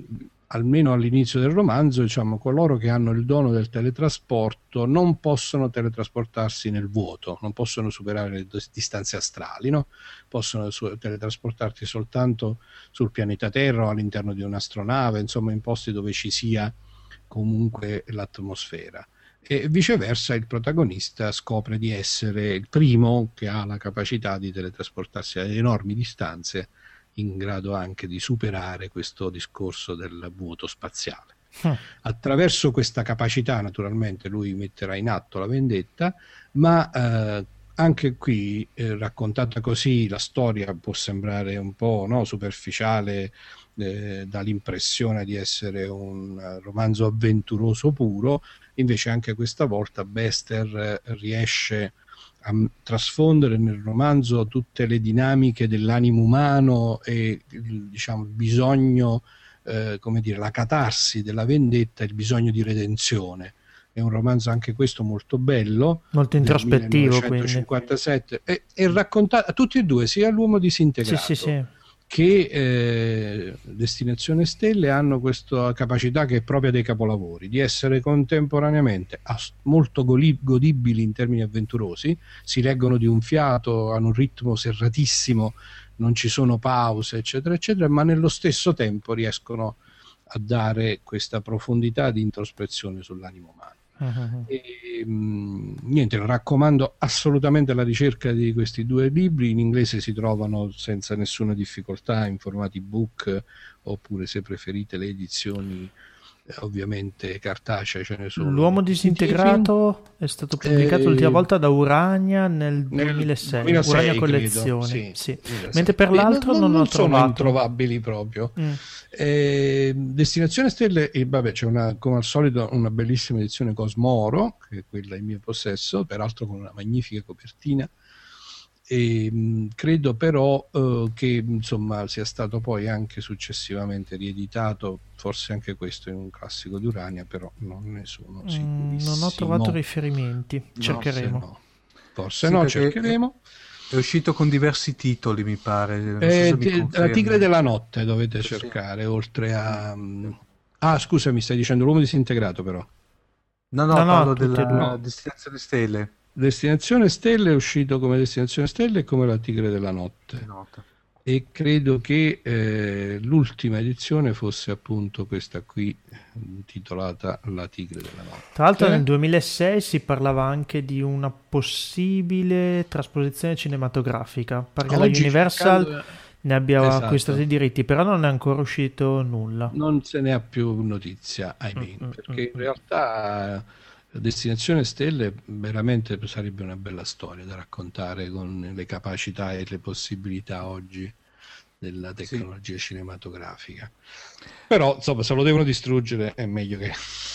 Speaker 6: almeno all'inizio del romanzo, diciamo, coloro che hanno il dono del teletrasporto non possono teletrasportarsi nel vuoto, non possono superare le distanze astrali, no? Possono su- teletrasportarsi soltanto sul pianeta Terra o all'interno di un'astronave, insomma in posti dove ci sia comunque l'atmosfera. E viceversa il protagonista scopre di essere il primo che ha la capacità di teletrasportarsi a enormi distanze, in grado anche di superare questo discorso del vuoto spaziale. Mm. Attraverso questa capacità naturalmente lui metterà in atto la vendetta, ma eh, anche qui eh, raccontata così la storia può sembrare un po', no, superficiale, eh, dà l'impressione di essere un romanzo avventuroso puro. Invece anche questa volta Bester eh, riesce a trasfondere nel romanzo tutte le dinamiche dell'animo umano e il, diciamo, il bisogno, eh, come dire, la catarsi della vendetta, il bisogno di redenzione. È un romanzo anche questo molto bello,
Speaker 1: molto introspettivo,
Speaker 6: millenovecentocinquantasette, e, e raccontato tutti e due, sia l'uomo disintegrato
Speaker 1: sì, sì, sì.
Speaker 6: che eh, Destinazione Stelle hanno questa capacità che è propria dei capolavori, di essere contemporaneamente molto godibili in termini avventurosi, si leggono di un fiato, hanno un ritmo serratissimo, non ci sono pause, eccetera, eccetera, ma nello stesso tempo riescono a dare questa profondità di introspezione sull'animo umano. Uh-huh. E, mh, niente, raccomando assolutamente la ricerca di questi due libri. In inglese si trovano senza nessuna difficoltà in formati book, oppure se preferite le edizioni eh, ovviamente cartacee ce ne sono.
Speaker 1: L'uomo disintegrato è stato pubblicato eh, l'ultima volta da Urania nel duemilasei,
Speaker 6: nel duemilasei
Speaker 1: Urania Collezioni,
Speaker 6: sì,
Speaker 1: sì.
Speaker 6: duemilasei.
Speaker 1: Mentre per l'altro non, non, non ho
Speaker 6: sono
Speaker 1: trovato.
Speaker 6: introvabili proprio.
Speaker 1: Mm.
Speaker 6: Eh, Destinazione Stelle, e vabbè, c'è una, come al solito una bellissima edizione Cosmoro, che è quella in mio possesso, peraltro con una magnifica copertina. E, mh, credo però uh, che insomma sia stato poi anche successivamente rieditato, forse anche questo in un classico di Urania, però non ne sono sicurissimo.
Speaker 1: Mm, non ho trovato riferimenti, cercheremo.
Speaker 6: No, forse no,
Speaker 2: sì,
Speaker 6: cercheremo.
Speaker 2: È uscito con diversi titoli, mi pare. Non
Speaker 6: eh,
Speaker 2: so se mi
Speaker 6: La Tigre della Notte dovete sì, cercare, sì. Oltre a... Ah, scusa, mi stai dicendo l'uomo disintegrato però.
Speaker 2: No, no,
Speaker 1: no
Speaker 2: parlo
Speaker 1: no,
Speaker 2: della
Speaker 1: no.
Speaker 2: Destinazione Stelle.
Speaker 6: Destinazione Stelle è uscito come Destinazione Stelle e come La Tigre della Notte.
Speaker 2: Nota.
Speaker 6: E credo che eh, l'ultima edizione fosse appunto questa qui, intitolata La Tigre della Notte.
Speaker 1: Tra l'altro nel duemilasei si parlava anche di una possibile trasposizione cinematografica, perché oggi la Universal cercando... ne abbia esatto. acquistato i diritti, però non è ancora uscito nulla.
Speaker 6: Non se ne ha più notizia, ahimè, mm-hmm. perché in realtà Destinazione Stelle veramente sarebbe una bella storia da raccontare, con le capacità e le possibilità oggi della tecnologia sì. cinematografica. Però insomma, se lo devono distruggere è meglio che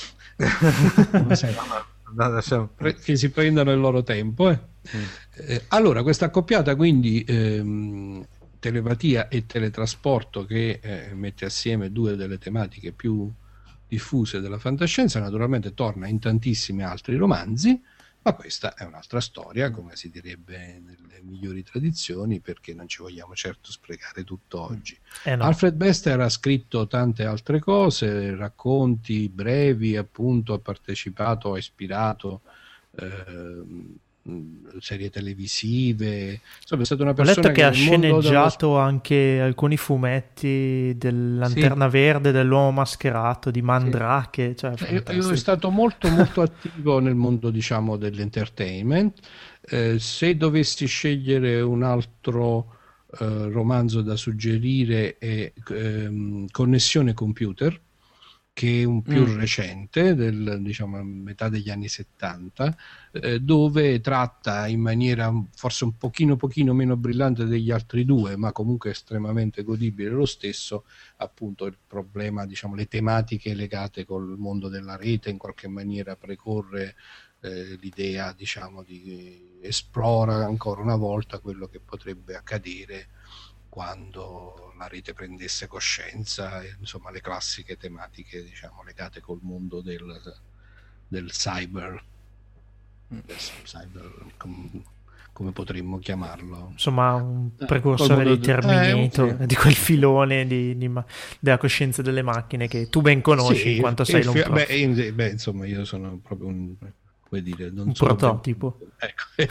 Speaker 6: che si prendano il loro tempo. Eh. Mm. Eh, allora, questa accoppiata quindi ehm, telepatia e teletrasporto, che eh, mette assieme due delle tematiche più diffuse della fantascienza, naturalmente torna in tantissimi altri romanzi, ma questa è un'altra storia, come si direbbe nelle migliori tradizioni, perché non ci vogliamo certo sprecare tutto oggi. Eh no. Alfred Bester ha scritto tante altre cose, racconti brevi, appunto, ha partecipato, ha ispirato eh, serie televisive, insomma è stata una persona.
Speaker 1: Ho letto che, che ha sceneggiato
Speaker 6: dello...
Speaker 1: anche alcuni fumetti dell'Lanterna sì. Verde, dell'Uomo Mascherato, di Mandrake, sì. cioè,
Speaker 6: è, è stato molto molto attivo nel mondo, diciamo, dell'entertainment. Eh, se dovessi scegliere un altro eh, romanzo da suggerire è ehm, Connessione Computer, che è un più mm. recente, del, diciamo, a metà degli anni settanta, eh, dove tratta in maniera forse un pochino pochino meno brillante degli altri due, ma comunque estremamente godibile lo stesso, appunto il problema, diciamo, le tematiche legate col mondo della rete, in qualche maniera precorre eh, l'idea, diciamo, di esplora ancora una volta quello che potrebbe accadere quando la rete prendesse coscienza, e, insomma, le classiche tematiche, diciamo, legate col mondo del, del cyber, del cyber com, come potremmo chiamarlo.
Speaker 1: Insomma, un precursore eh, di Terminator, eh, di quel filone di, di, della coscienza delle macchine che tu ben conosci, sì, in quanto sei
Speaker 6: fi-
Speaker 1: un pro.
Speaker 6: Beh, beh, insomma, io sono proprio un, come dire, non
Speaker 1: un
Speaker 6: sono
Speaker 1: prototipo.
Speaker 6: Ben...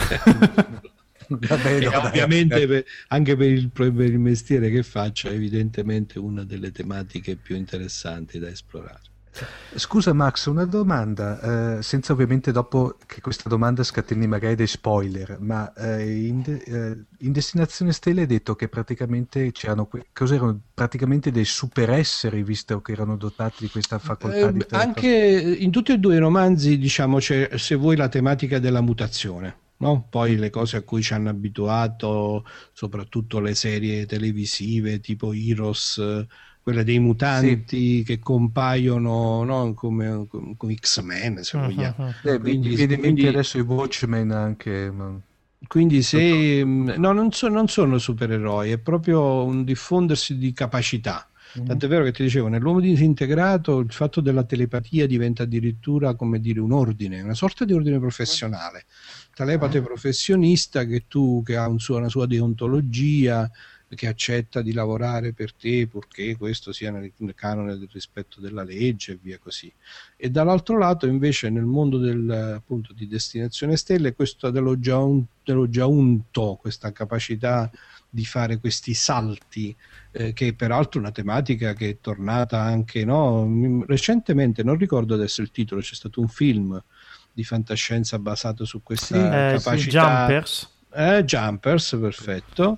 Speaker 6: Ecco. Vabbè, no, ovviamente per, anche per il, per il mestiere che faccio è evidentemente una delle tematiche più interessanti da esplorare.
Speaker 2: Scusa Max, una domanda, eh, senza ovviamente dopo che questa domanda scateni magari dei spoiler, ma eh, in, de- eh, in Destinazione Stelle hai detto che praticamente c'erano que- cos'erano praticamente dei superesseri, visto che erano dotati di questa facoltà
Speaker 6: eh,
Speaker 2: di teletrasporto.
Speaker 6: Anche in tutti e due i romanzi, diciamo, c'è, se vuoi, la tematica della mutazione. No? Poi le cose a cui ci hanno abituato, soprattutto le serie televisive tipo Heroes, quelle dei mutanti, sì, che compaiono, no? come, come X-Men, se vogliamo.
Speaker 2: Eh, quindi, quindi, quindi adesso i Watchmen anche. Ma...
Speaker 6: Quindi se no, non, so, non sono supereroi, è proprio un diffondersi di capacità. Mm-hmm. Tant'è vero che ti dicevo, nell'uomo disintegrato il fatto della telepatia diventa addirittura, come dire, un ordine, una sorta di ordine professionale. Telepate professionista che tu, che ha un suo, una sua deontologia, che accetta di lavorare per te purché questo sia nel, nel canone del rispetto della legge e via così. E dall'altro lato invece nel mondo del, appunto, di Destinazione Stelle, questo dello, giaun, dello giaunto, questa capacità di fare questi salti, eh, che è peraltro una tematica che è tornata anche, no, recentemente, non ricordo adesso il titolo, c'è stato un film di fantascienza basato su questa
Speaker 1: sì,
Speaker 6: capacità.
Speaker 1: Eh, sì, Jumpers.
Speaker 6: Eh, Jumpers, perfetto.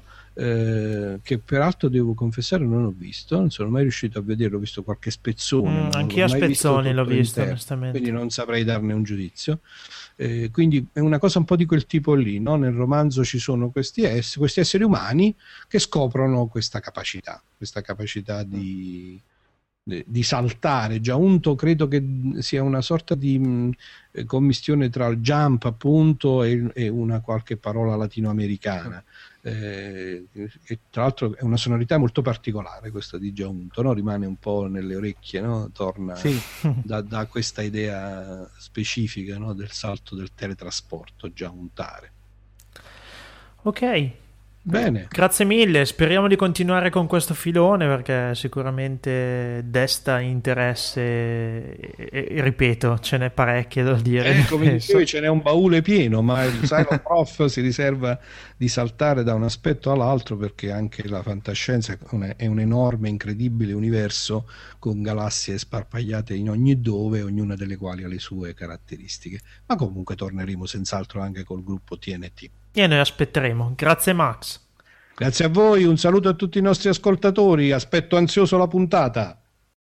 Speaker 6: Eh, che peraltro devo confessare non ho visto, non sono mai riuscito a vederlo, ho visto qualche spezzone,
Speaker 1: mm, anch'io a spezzoni l'ho visto, onestamente,
Speaker 6: quindi non saprei darne un giudizio. Eh, quindi è una cosa un po' di quel tipo lì, no? Nel romanzo ci sono questi, ess- questi esseri umani che scoprono questa capacità, questa capacità di, di, di saltare. Giaunto credo che sia una sorta di mh, commistione tra il jump appunto e, e una qualche parola latinoamericana. Eh, e tra l'altro è una sonorità molto particolare questa di giaunto, no? Rimane un po' nelle orecchie, no? Torna
Speaker 2: sì.
Speaker 6: da, da questa idea specifica, no? Del salto del teletrasporto, giauntare.
Speaker 1: Ok,
Speaker 6: bene,
Speaker 1: grazie mille, speriamo di continuare con questo filone perché sicuramente desta interesse e, e ripeto, ce n'è parecchie da dire.
Speaker 6: Eh, come dicevi, ce n'è un baule pieno, ma il Silo Prof si riserva di saltare da un aspetto all'altro perché anche la fantascienza è un enorme, incredibile universo con galassie sparpagliate in ogni dove, ognuna delle quali ha le sue caratteristiche. Ma comunque torneremo senz'altro anche col gruppo T N T.
Speaker 1: E noi aspetteremo. Grazie Max.
Speaker 6: Grazie a voi, un saluto a tutti i nostri ascoltatori, aspetto ansioso la puntata.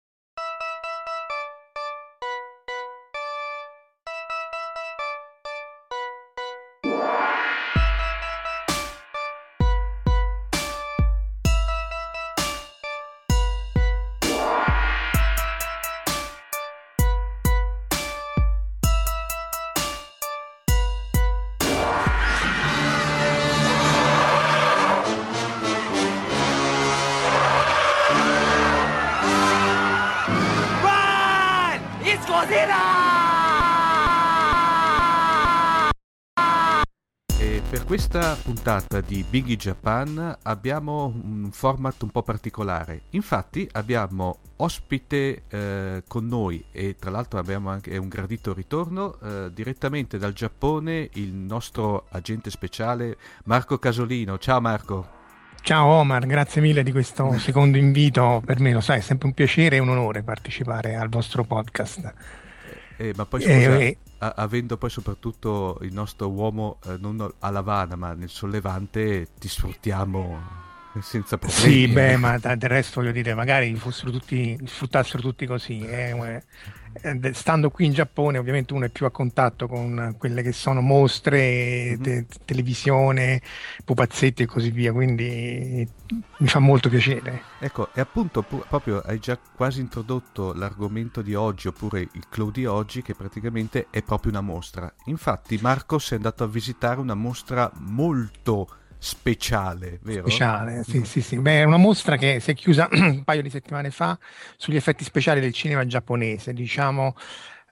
Speaker 2: Questa puntata di Big in Japan abbiamo un format un po' particolare. Infatti abbiamo ospite eh, con noi e tra l'altro abbiamo anche un gradito ritorno eh, direttamente dal Giappone il nostro agente speciale Marco Casolino. Ciao Marco.
Speaker 7: Ciao Omar, grazie mille di questo secondo invito. Per me, lo sai, è sempre un piacere e un onore partecipare al vostro podcast.
Speaker 2: Eh, ma poi scusa, eh, a- avendo poi soprattutto il nostro uomo eh, non a Lavana ma nel Sollevante, ti sfruttiamo senza problemi.
Speaker 7: Sì, beh, ma del resto voglio dire, magari fossero tutti, sfruttassero tutti così. Eh, eh, stando qui in Giappone, ovviamente uno è più a contatto con quelle che sono mostre, mm-hmm. te- televisione, pupazzetti e così via, quindi mi fa molto piacere.
Speaker 2: Ecco, e appunto pu- proprio hai già quasi introdotto l'argomento di oggi, oppure il clou di oggi, che praticamente è proprio una mostra. Infatti Marcos è andato a visitare una mostra molto speciale, vero?
Speaker 7: Speciale, sì, sì, sì. Beh, è una mostra che si è chiusa un paio di settimane fa sugli effetti speciali del cinema giapponese. Diciamo,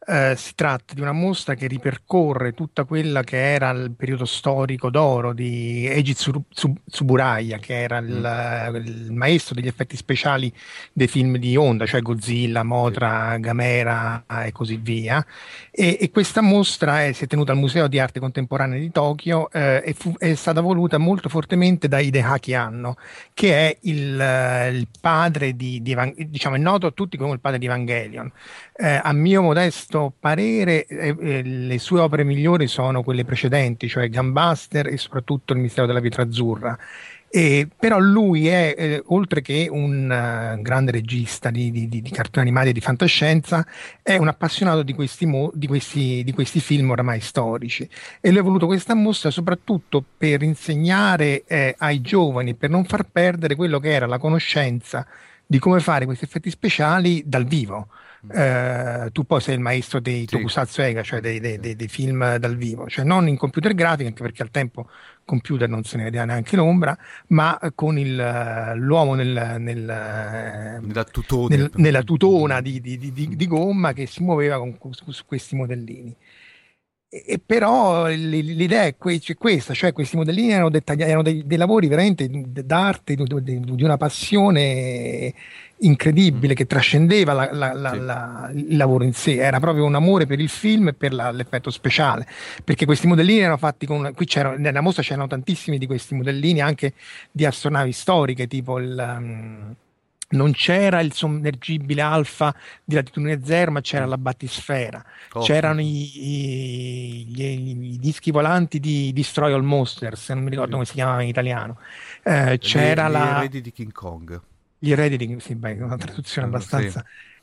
Speaker 7: Eh, si tratta di una mostra che ripercorre tutta quella che era il periodo storico d'oro di Eiji Tsuru- Tsu- Tsuburaya, che era il, il maestro degli effetti speciali dei film di Honda, cioè Godzilla, Mothra, Gamera e così via. E, e questa mostra è, si è tenuta al Museo di Arte Contemporanea di Tokyo eh, e fu, è stata voluta molto fortemente da Hideaki Anno, che è il, eh, il padre di, di Evan- diciamo è noto a tutti come il padre di Evangelion. Eh, a mio modesto parere, eh, eh, le sue opere migliori sono quelle precedenti, cioè Gunbuster e soprattutto Il mistero della pietra azzurra. E, però lui è, eh, oltre che un uh, grande regista di, di, di, di cartoni animati e di fantascienza, è un appassionato di questi, mo- di questi, di questi film oramai storici. E lui ha voluto questa mostra soprattutto per insegnare eh, ai giovani, per non far perdere quello che era la conoscenza di come fare questi effetti speciali dal vivo. Eh, tu poi sei il maestro dei
Speaker 8: Sì.
Speaker 7: tokusatsu eiga, cioè dei, dei- dei- dei film dal vivo, cioè non in computer grafica, anche perché al tempo computer non se ne vedeva neanche l'ombra, ma con il, eh, l'uomo nel, nel, eh,
Speaker 8: Nella tutone.
Speaker 7: nel- nella tutona di, di- di- di- di gomma che si muoveva con, su, su questi modellini. E, e però l- l'idea è que- cioè questa, cioè questi modellini erano, dettagli- erano dei, dei lavori veramente d'arte, di, di- di una passione incredibile che trascendeva la- la- la-
Speaker 8: Sì.
Speaker 7: la- il lavoro in sé, era proprio un amore per il film e per la- l'effetto speciale, perché questi modellini erano fatti con, qui c'erano, nella mostra c'erano tantissimi di questi modellini anche di astronavi storiche, tipo il... um, non c'era il sommergibile Alfa di latitudine zero, ma c'era la battisfera.
Speaker 8: Oh.
Speaker 7: C'erano i, i- gli- i dischi volanti di Destroy All Monsters, se non mi ricordo come si chiamava in italiano. Eh, c'era
Speaker 8: Gli-
Speaker 7: la...
Speaker 8: Gli eredi di King Kong.
Speaker 7: Gli eredi di... Sì, beh, una traduzione
Speaker 8: Eh,
Speaker 7: abbastanza...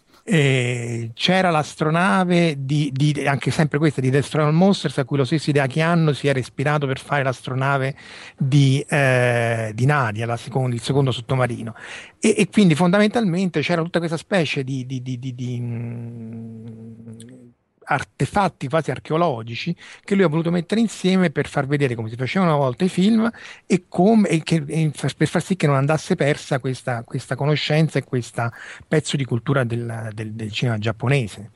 Speaker 7: Eh, c'era l'astronave di, di- anche sempre questa di Destroy All Monsters, a cui lo stesso Hideaki Anno si era ispirato per fare l'astronave di, eh, di Nadia, la seconda- il secondo sottomarino. E, e quindi fondamentalmente c'era tutta questa specie di, di- di- di- di, mh, artefatti quasi archeologici che lui ha voluto mettere insieme per far vedere come si facevano una volta i film e, come, e che, e per far sì che non andasse persa questa, questa conoscenza e questo pezzo di cultura del, del- del cinema giapponese.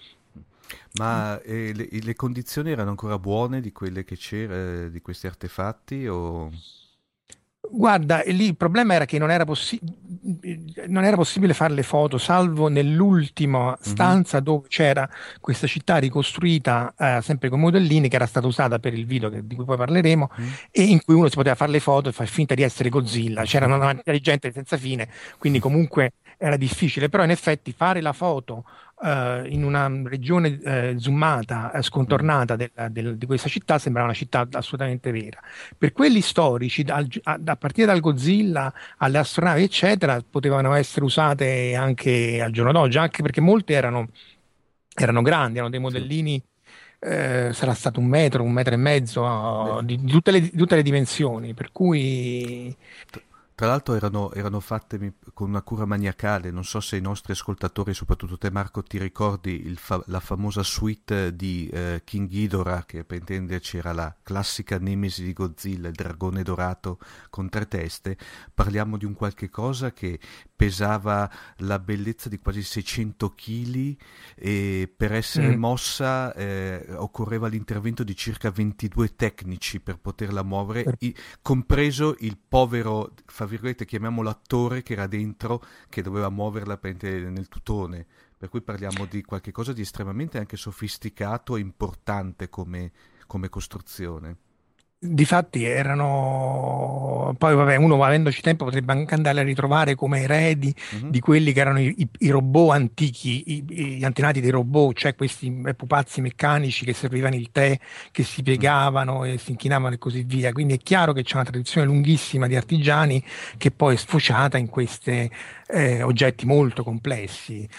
Speaker 8: Ma eh, le, le condizioni erano ancora buone di quelle che c'era, eh, di questi artefatti? O...
Speaker 7: Guarda, e lì il problema era che non era, possi- non era possibile fare le foto, salvo nell'ultima stanza dove c'era questa città ricostruita eh, sempre con modellini, che era stata usata per il video che- di cui poi parleremo,
Speaker 8: Mm.
Speaker 7: e in cui uno si poteva fare le foto e far finta di essere Godzilla. C'era una quantità di gente senza fine, quindi comunque era difficile, però in effetti fare la foto eh, in una regione eh, zoomata, eh, scontornata della- del- di questa città sembrava una città assolutamente vera. Per quelli storici, dal- a, a partire dal Godzilla alle astronavi, eccetera, potevano essere usate anche al giorno d'oggi, anche perché molte erano, erano grandi, erano dei modellini. Eh, sarà stato un metro, un metro e mezzo, oh, di, di tutte le, di tutte le dimensioni, per cui
Speaker 8: Tra l'altro erano, erano fatte mi- con una cura maniacale, non so se i nostri ascoltatori, soprattutto te Marco, ti ricordi il fa- la famosa suite di eh, King Ghidorah, che per intenderci era la classica nemesi di Godzilla, il dragone dorato con tre teste. Parliamo di un qualche cosa che pesava la bellezza di quasi seicento chili e per essere
Speaker 7: Mm.
Speaker 8: mossa eh, occorreva l'intervento di circa ventidue tecnici per poterla muovere,
Speaker 7: Per-
Speaker 8: i- compreso il povero, fra virgolette, chiamiamolo attore che era dentro, che doveva muoverla per ente- nel tutone. Per cui parliamo di qualche cosa di estremamente anche sofisticato e importante come, come costruzione.
Speaker 7: Difatti erano, poi vabbè, uno avendoci tempo potrebbe anche andare a ritrovare come eredi
Speaker 8: Mhm.
Speaker 7: di quelli che erano i, i- i robot antichi, i- gli antenati dei robot, cioè questi eh, pupazzi meccanici che servivano il tè, che si piegavano e si inchinavano e così via. Quindi è chiaro che c'è una tradizione lunghissima di artigiani che poi è sfociata in questi oggetti molto complessi.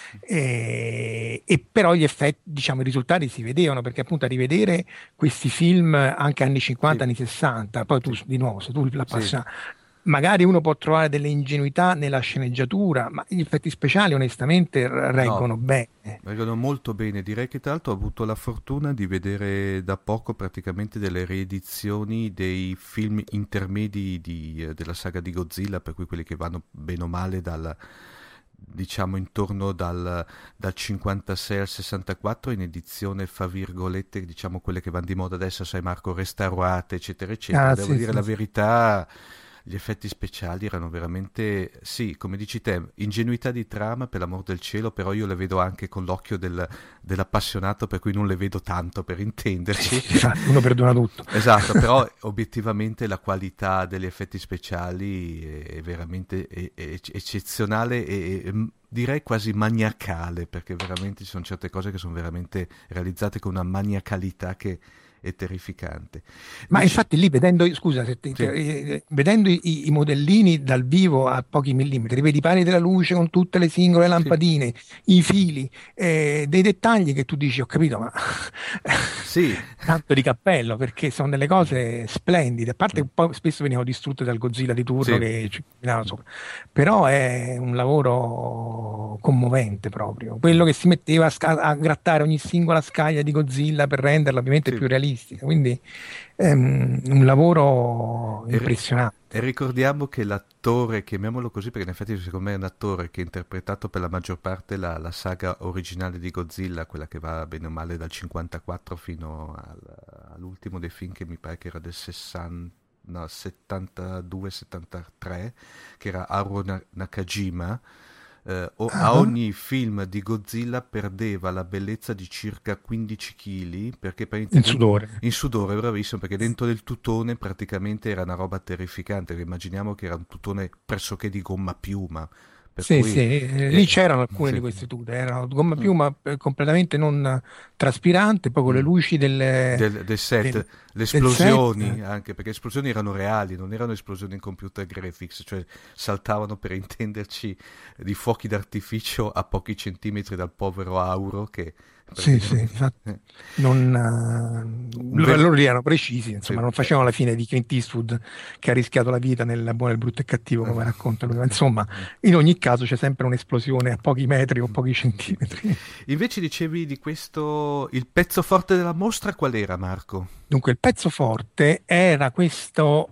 Speaker 7: E, e però gli effetti, diciamo, i risultati si vedevano, perché appunto a rivedere questi film anche anni cinquanta,
Speaker 8: Sì.
Speaker 7: anni sessanta, poi tu
Speaker 8: Sì.
Speaker 7: di nuovo, se tu
Speaker 8: Sì.
Speaker 7: l'appassionato, magari uno può trovare delle ingenuità nella sceneggiatura, ma gli effetti speciali onestamente r- reggono bene.
Speaker 8: Vengono molto bene, direi che tra l'altro ho avuto la fortuna di vedere da poco praticamente delle riedizioni dei film intermedi di, eh, della saga di Godzilla, per cui quelli che vanno bene o male dal, diciamo intorno dal, dal cinquantasei al sessantaquattro in edizione fra virgolette, diciamo quelle che vanno di moda adesso, sai Marco, restaurate eccetera eccetera. Ah, devo sì, dire sì, la sì. verità, gli effetti speciali erano veramente, sì, come dici te, ingenuità di trama per l'amor del cielo, però io le vedo anche con l'occhio del, dell'appassionato, per cui non le vedo tanto, per intenderci.
Speaker 7: Uno perdona tutto.
Speaker 8: Esatto, però obiettivamente la qualità degli effetti speciali è veramente è, è eccezionale e, e direi quasi maniacale, perché veramente ci sono certe cose che sono veramente realizzate con una maniacalità che è terrificante.
Speaker 7: Ma Dice... infatti lì vedendo, scusa, se ti, sì. eh, vedendo i, i modellini dal vivo a pochi millimetri, vedi i pali della luce con tutte le singole lampadine, sì. i fili, eh, dei dettagli che tu dici, ho capito, ma
Speaker 8: sì.
Speaker 7: tanto di cappello, perché sono delle cose splendide, a parte che poi spesso venivano distrutte dal Godzilla di turno, sì. che ci sopra. Però è un lavoro commovente proprio, quello che si metteva a, sca- a grattare ogni singola scaglia di Godzilla per renderla ovviamente sì. più realistica. Quindi ehm, un lavoro impressionante.
Speaker 8: E, e ricordiamo che l'attore, chiamiamolo così perché in effetti secondo me è un attore che ha interpretato per la maggior parte la, la saga originale di Godzilla, quella che va bene o male dal cinquantaquattro fino al, all'ultimo dei film che mi pare che era del sessanta, no, settantadue settantatré, che era Haruo Nakajima. Uh, o, ah. A ogni film di Godzilla perdeva la bellezza di circa quindici chili perché
Speaker 7: in sudore
Speaker 8: in sudore, bravissimo, perché dentro del tutone praticamente era una roba terrificante. Immaginiamo che era un tutone pressoché di gomma piuma. Per
Speaker 7: sì,
Speaker 8: cui,
Speaker 7: sì, eh, lì c'erano alcune sì. di queste tute, erano gomma piuma mm. completamente non traspirante, poi con mm. le luci delle,
Speaker 8: del, del set, del, le esplosioni del set. Anche perché le esplosioni erano reali, non erano esplosioni in computer graphics, cioè saltavano, per intenderci, di fuochi d'artificio a pochi centimetri dal povero Auro che
Speaker 7: sì, sì, infatti non, uh, loro, loro lì erano precisi, insomma, sì. non facevano la fine di Clint Eastwood che ha rischiato la vita nel Buono, il Brutto e Cattivo, come racconta lui. Insomma, in ogni caso c'è sempre un'esplosione a pochi metri o pochi centimetri.
Speaker 8: Invece dicevi di questo, il pezzo forte della mostra qual era, Marco?
Speaker 7: Dunque, il pezzo forte era questo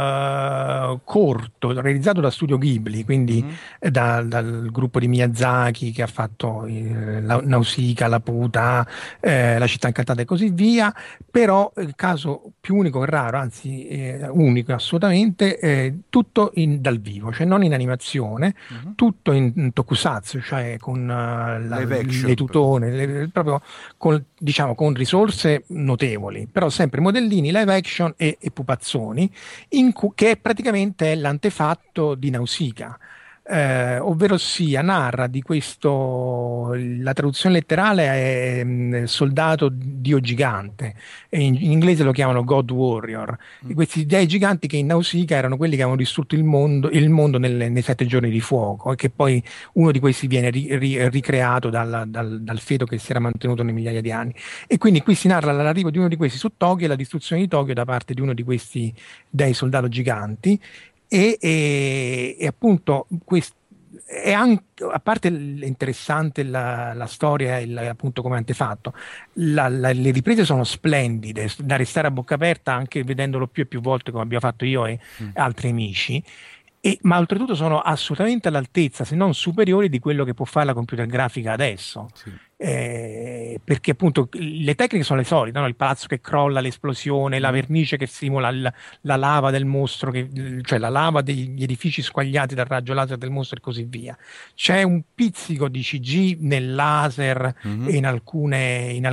Speaker 7: uh, corto realizzato da Studio Ghibli, quindi mm-hmm. da, dal gruppo di Miyazaki che ha fatto eh, la, Nausicaa, Laputa, eh, La città incantata e così via, però il caso più unico e raro, anzi eh, unico assolutamente, eh, tutto in, dal vivo, cioè non in animazione, mm-hmm. tutto in, in tokusatsu, cioè con uh, la, le tutone, le, proprio con, diciamo, con risorse notevoli, però sempre modellini live action e, e pupazzoni, in cu- che praticamente è l'antefatto di Nausicaa, eh, ovvero sia narra di questo, la traduzione letterale è mh, soldato dio gigante, e in, in inglese lo chiamano God Warrior, mm. questi dei giganti che in Nausicaa erano quelli che avevano distrutto il mondo, il mondo nelle, nei sette giorni di fuoco, e che poi uno di questi viene ri, ri, ricreato dal, dal, dal feto che si era mantenuto nei migliaia di anni, e quindi qui si narra l'arrivo di uno di questi su Tokyo e la distruzione di Tokyo da parte di uno di questi dei soldato giganti. E, e, e appunto quest, è anche, a parte interessante la, la storia e la, appunto come antefatto, la, la, le riprese sono splendide, da restare a bocca aperta anche vedendolo più e più volte come abbiamo fatto io e mm. altri amici. E, ma oltretutto sono assolutamente all'altezza, se non superiori, di quello che può fare la computer grafica adesso. Sì. Eh, perché appunto le tecniche sono le solite, no? Il palazzo che crolla, l'esplosione, la vernice che simula il, la lava del mostro, che, cioè la lava degli edifici squagliati dal raggio laser del mostro e così via. C'è un pizzico di C G nel laser mm-hmm. e in alcune, in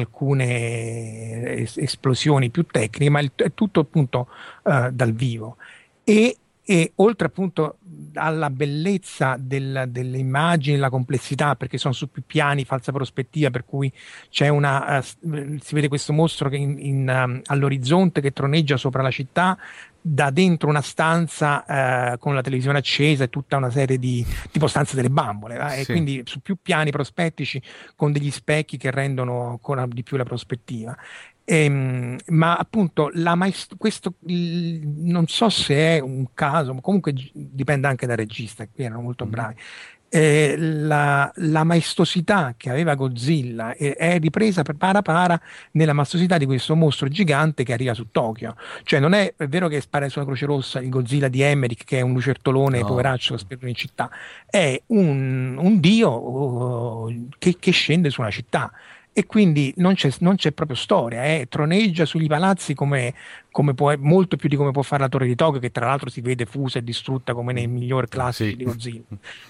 Speaker 7: alcune es- esplosioni più tecniche, ma il, è tutto appunto uh, dal vivo. E E oltre appunto alla bellezza del, delle immagini, la complessità, perché sono su più piani, falsa prospettiva, per cui c'è una uh, si vede questo mostro che in, in, um, all'orizzonte che troneggia sopra la città, da dentro una stanza uh, con la televisione accesa e tutta una serie di tipo stanze delle bambole, eh? Sì. E quindi su più piani prospettici con degli specchi che rendono ancora di più la prospettiva. Ehm, ma appunto la maest- questo il, non so se è un caso, ma comunque g- dipende anche dal regista, qui erano molto bravi. eh, la, la maestosità che aveva Godzilla è, è ripresa per para para nella maestosità di questo mostro gigante che arriva su Tokyo. Cioè non è, è vero che spara sulla Croce Rossa il Godzilla di Emmerich, che è un lucertolone
Speaker 8: No.
Speaker 7: poveraccio che spera in città, è un, un dio oh, che, che scende su una città. E quindi non c'è, non c'è proprio storia, eh. Troneggia sugli palazzi come, come può, molto più di come può fare la Torre di Tokyo, che tra l'altro si vede fusa e distrutta come nei migliori classici
Speaker 8: Sì.
Speaker 7: di Godzilla.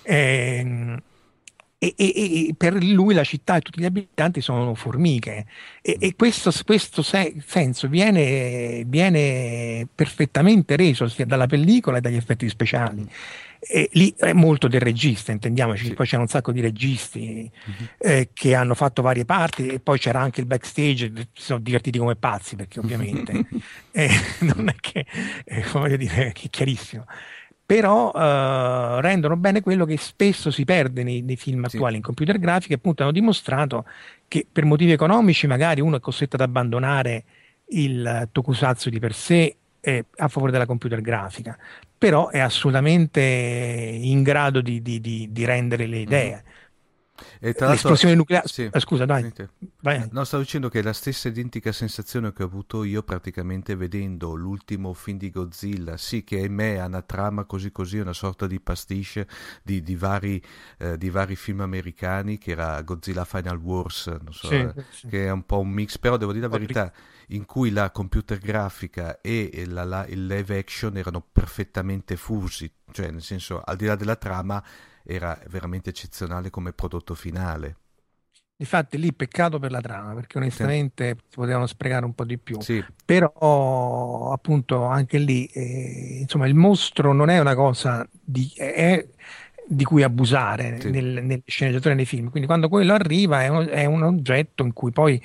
Speaker 7: Ehm, E, e- e per lui la città e tutti gli abitanti sono formiche, e, e questo, questo se- senso viene, viene perfettamente reso sia dalla pellicola e dagli effetti speciali. E lì è molto del regista, intendiamoci.
Speaker 8: Sì.
Speaker 7: Poi c'erano un sacco di registi
Speaker 8: Mhm.
Speaker 7: eh, che hanno fatto varie parti, e poi c'era anche il backstage, si sono divertiti come pazzi, perché ovviamente eh, non è che, eh, voglio dire, che è chiarissimo. Però eh, rendono bene quello che spesso si perde nei, nei film
Speaker 8: Sì.
Speaker 7: attuali in computer grafica. Appunto hanno dimostrato che per motivi economici magari uno è costretto ad abbandonare il tokusatsu di per sé eh, a favore della computer grafica, però è assolutamente in grado di, di- di- di rendere le idee.
Speaker 8: E tra l'altro,
Speaker 7: L'esplosione nucleare,
Speaker 8: sì,
Speaker 7: eh, scusa, dai,
Speaker 8: niente.
Speaker 7: vai.
Speaker 8: No, stavo dicendo che è la stessa identica sensazione che ho avuto io praticamente vedendo l'ultimo film di Godzilla, sì, che ahimè ha una trama così così, una sorta di pastiche di, di vari, eh, di vari film americani, che era Godzilla Final Wars, non so,
Speaker 7: Sì,
Speaker 8: eh,
Speaker 7: sì.
Speaker 8: che è un po' un mix, però devo dire la verità, in cui la computer grafica e e la- la- il live action erano perfettamente fusi, cioè nel senso, al di là della trama, era veramente eccezionale come prodotto finale.
Speaker 7: Infatti lì peccato per la trama, perché onestamente si potevano sprecare un po' di più.
Speaker 8: Sì,
Speaker 7: Però appunto anche lì eh, insomma il mostro non è una cosa di, è- di cui abusare
Speaker 8: sì.
Speaker 7: nel, nelle sceneggiature e nei film. Quindi quando quello arriva è un, è un oggetto in cui poi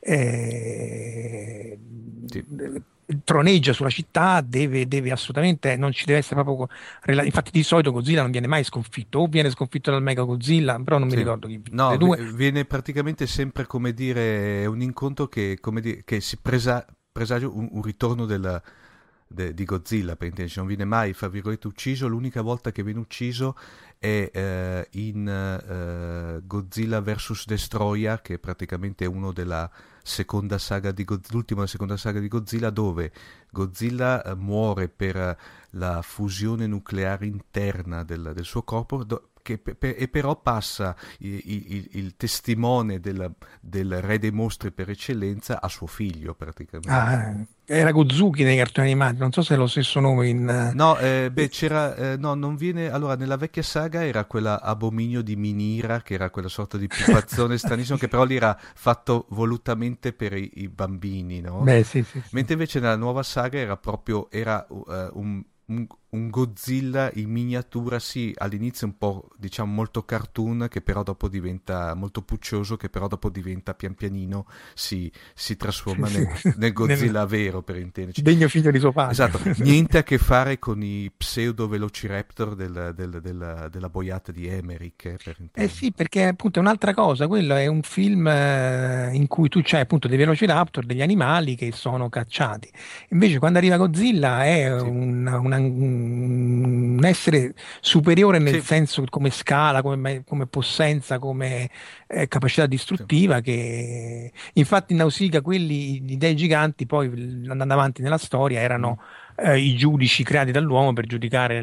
Speaker 7: eh,
Speaker 8: Sì.
Speaker 7: troneggia sulla città, deve, deve assolutamente, non ci deve essere proprio rela- infatti di solito Godzilla non viene mai sconfitto, o viene sconfitto dal Mega Godzilla, però non mi
Speaker 8: Sì.
Speaker 7: ricordo chi vince
Speaker 8: No,
Speaker 7: le
Speaker 8: vi-
Speaker 7: due.
Speaker 8: viene praticamente sempre, come dire, un incontro che, come dire, che si presa, presagia un, un ritorno della- de- di Godzilla, per intenderci. Non viene mai, fra virgolette, ucciso. L'unica volta che viene ucciso è eh, in eh, Godzilla versus. Destroyer, che è praticamente uno della seconda saga di Godzilla, l'ultima della seconda saga di Godzilla, dove Godzilla eh, muore per eh, la fusione nucleare interna del, del suo corpo, do- che pe- pe- e però passa il, il- il testimone del, del re dei mostri per eccellenza a suo figlio, praticamente.
Speaker 7: Ah, era Gozuki nei cartoni animati, non so se è lo stesso nome in... eh,
Speaker 8: No, eh, beh, c'era, eh, no, non viene, allora, nella vecchia saga era quella abominio di Minira, che era quella sorta di pupazzone stranissimo, che però lì era fatto volutamente per i, i bambini, no?
Speaker 7: Beh, sì, sì, sì.
Speaker 8: Mentre invece nella nuova saga era proprio, era eh, un, un- un Godzilla in miniatura, sì, all'inizio un po', diciamo, molto cartoon, che però dopo diventa molto puccioso, che però dopo diventa pian pianino, si, si trasforma
Speaker 7: Sì,
Speaker 8: nel,
Speaker 7: sì.
Speaker 8: nel Godzilla vero, per intenderci.
Speaker 7: Degno figlio di suo padre.
Speaker 8: Esatto, niente a che fare con i pseudo velociraptor del- del- del- della boiata di Emmerich, eh, per
Speaker 7: Eh
Speaker 8: intenderci.
Speaker 7: sì, perché appunto è un'altra cosa, quello è un film eh, in cui tu c'hai appunto dei velociraptor, degli animali che sono cacciati. Invece quando arriva Godzilla è
Speaker 8: Sì.
Speaker 7: un, una- un essere superiore nel
Speaker 8: Sì.
Speaker 7: senso come scala, come, come possenza, come eh, capacità distruttiva, che infatti in Nausicaa quelli, i dei giganti poi andando avanti nella storia erano eh, i giudici creati dall'uomo per giudicare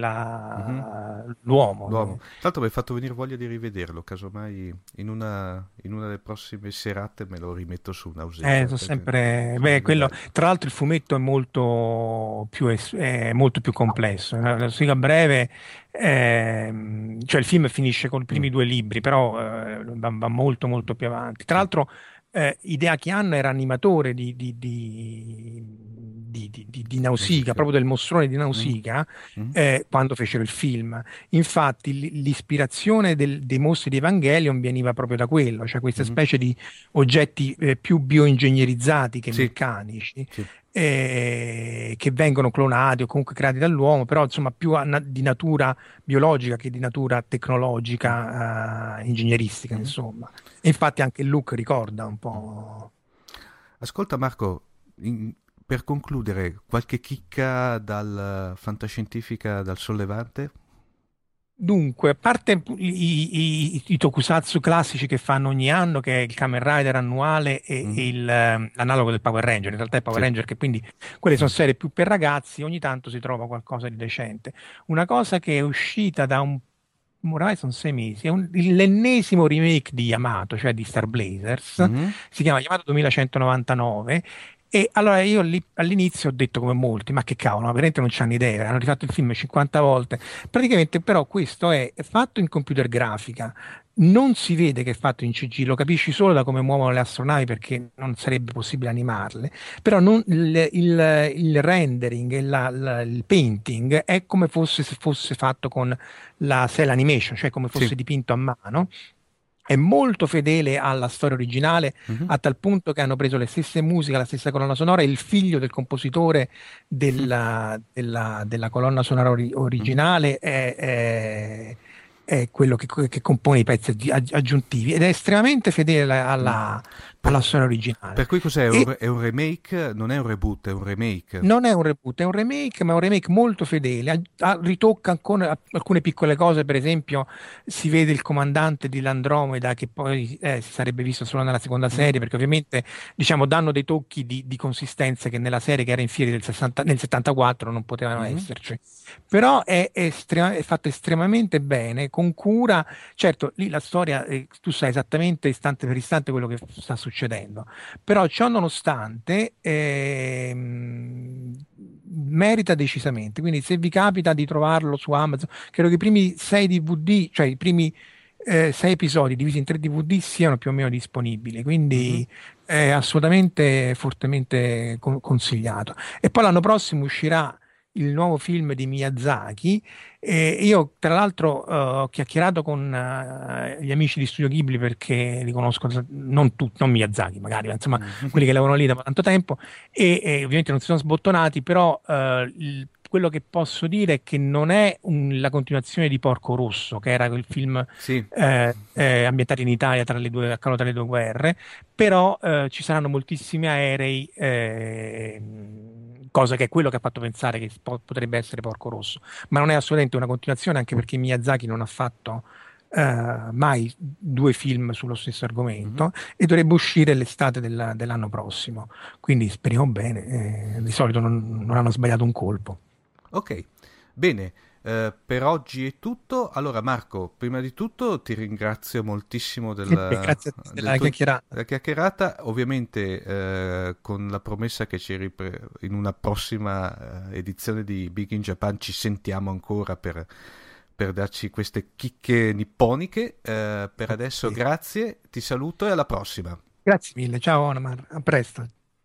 Speaker 7: la- l'uomo.
Speaker 8: L'uomo. Tra l'altro mi hai fatto venire voglia di rivederlo, casomai in una, in una delle prossime serate me lo rimetto su Nausicaa.
Speaker 7: Eh, sono
Speaker 8: perché-
Speaker 7: sempre,
Speaker 8: sono
Speaker 7: beh, quello,
Speaker 8: belli.
Speaker 7: tra l'altro il fumetto è molto più, es- è molto più complesso. La la Siga breve, ehm, cioè il film finisce con i primi
Speaker 8: Mm.
Speaker 7: due libri, però eh, va, va molto molto più avanti. Tra l'altro eh, Hideaki Anno era animatore di, di, di, di, di, di- di Nausicaa,
Speaker 8: Nausicaa.
Speaker 7: proprio del mostrone di Nausicaa,
Speaker 8: Mm.
Speaker 7: eh, quando fecero il film. Infatti l- l'ispirazione del- dei mostri di Evangelion veniva proprio da quello, cioè questa
Speaker 8: Mhm.
Speaker 7: specie di oggetti eh, più bioingegnerizzati che
Speaker 8: Sì.
Speaker 7: meccanici,
Speaker 8: Sì.
Speaker 7: eh, che vengono clonati o comunque creati dall'uomo, però insomma più a- na- di natura biologica che di natura tecnologica, eh, ingegneristica,
Speaker 8: Mhm.
Speaker 7: insomma. E infatti anche il look ricorda un po'.
Speaker 8: Ascolta Marco, in- per concludere, qualche chicca dal fantascientifica dal sollevante?
Speaker 7: Dunque, a parte i, i, i tokusatsu classici che fanno ogni anno, che è il Kamen Rider annuale e,
Speaker 8: Mm.
Speaker 7: e il, eh, l'analogo del Power Ranger, in realtà è Power
Speaker 8: Sì.
Speaker 7: Ranger, che quindi quelle sono serie più per ragazzi, ogni tanto si trova qualcosa di decente. Una cosa che è uscita da un ormai sono sei mesi, è un- l'ennesimo remake di Yamato, cioè di Star Blazers,
Speaker 8: Mhm.
Speaker 7: si chiama Yamato duemilacentonovantanove. E allora io lì all'inizio ho detto come molti, ma che cavolo, ma veramente non c'hanno idea, hanno rifatto il film cinquanta volte. Praticamente però questo è fatto in computer grafica, non si vede che è fatto in C G, lo capisci solo da come muovono le astronavi perché non sarebbe possibile animarle, però non- il, il- il rendering e la- la- il painting è come fosse, se fosse fatto con la cell animation, cioè come fosse
Speaker 8: Sì.
Speaker 7: dipinto a mano. È molto fedele alla storia originale,
Speaker 8: Mhm.
Speaker 7: a tal punto che hanno preso le stesse musiche, la stessa colonna sonora, e il figlio del compositore della, della- della colonna sonora ori- originale è, è- è quello che, che compone i pezzi aggi- aggi- aggiuntivi ed è estremamente fedele alla,
Speaker 8: Per,
Speaker 7: alla storia originale.
Speaker 8: per cui cos'è? È
Speaker 7: E
Speaker 8: un, è un remake? Non è un reboot, è un remake.
Speaker 7: non è un reboot, è un remake, ma è un remake molto fedele. Ha- ha- ritocca ancora alcune piccole cose, per esempio, si vede il comandante di Landromeda che poi eh, si sarebbe visto solo nella seconda
Speaker 8: Mm.
Speaker 7: serie, perché ovviamente diciamo, danno dei tocchi di, di consistenze che nella serie che era in fieri del sessanta nel settantaquattro non potevano
Speaker 8: Mm.
Speaker 7: esserci. Però è, estrema- è fatto estremamente bene, con cura. Certo, lì la storia, eh, tu sai esattamente istante per istante quello che sta succedendo. Però ciò nonostante ehm, merita decisamente. Quindi se vi capita di trovarlo su Amazon, credo che i primi sei D V D, cioè i primi eh, sei episodi divisi in tre D V D siano più o meno disponibili. Quindi è assolutamente fortemente con- consigliato. E poi l'anno prossimo uscirà il nuovo film di Miyazaki. E io, tra l'altro, eh, ho chiacchierato con eh, gli amici di Studio Ghibli perché li conosco, non tutti, non Miyazaki magari, ma insomma, quelli che lavorano lì da tanto tempo, e, e ovviamente non si sono sbottonati, però eh, il- quello che posso dire è che non è un- la continuazione di Porco Rosso, che era quel film
Speaker 8: Sì.
Speaker 7: eh, eh, ambientato in Italia tra le due, a cavallo tra le due guerre, però eh, ci saranno moltissimi aerei, eh, cosa che è quello che ha fatto pensare che po- potrebbe essere Porco Rosso, ma non è assolutamente una continuazione, anche perché Miyazaki non ha fatto eh, mai due film sullo stesso argomento
Speaker 8: Mhm.
Speaker 7: e dovrebbe uscire l'estate della- dell'anno prossimo, quindi speriamo bene, eh, di solito non, non hanno sbagliato un colpo.
Speaker 8: Ok, bene. eh, per oggi è tutto. Allora, Marco, prima di tutto ti ringrazio moltissimo del,
Speaker 7: E grazie a te
Speaker 8: del
Speaker 7: della
Speaker 8: tuo-
Speaker 7: chiacchierata.
Speaker 8: della chiacchierata. Ovviamente, eh, con la promessa che ci ripre- in una prossima eh, edizione di Big in Japan ci sentiamo ancora per, per darci queste chicche nipponiche. Eh, per adesso,
Speaker 7: Sì.
Speaker 8: grazie, ti saluto e alla prossima.
Speaker 7: Grazie mille, ciao Onomar, a presto.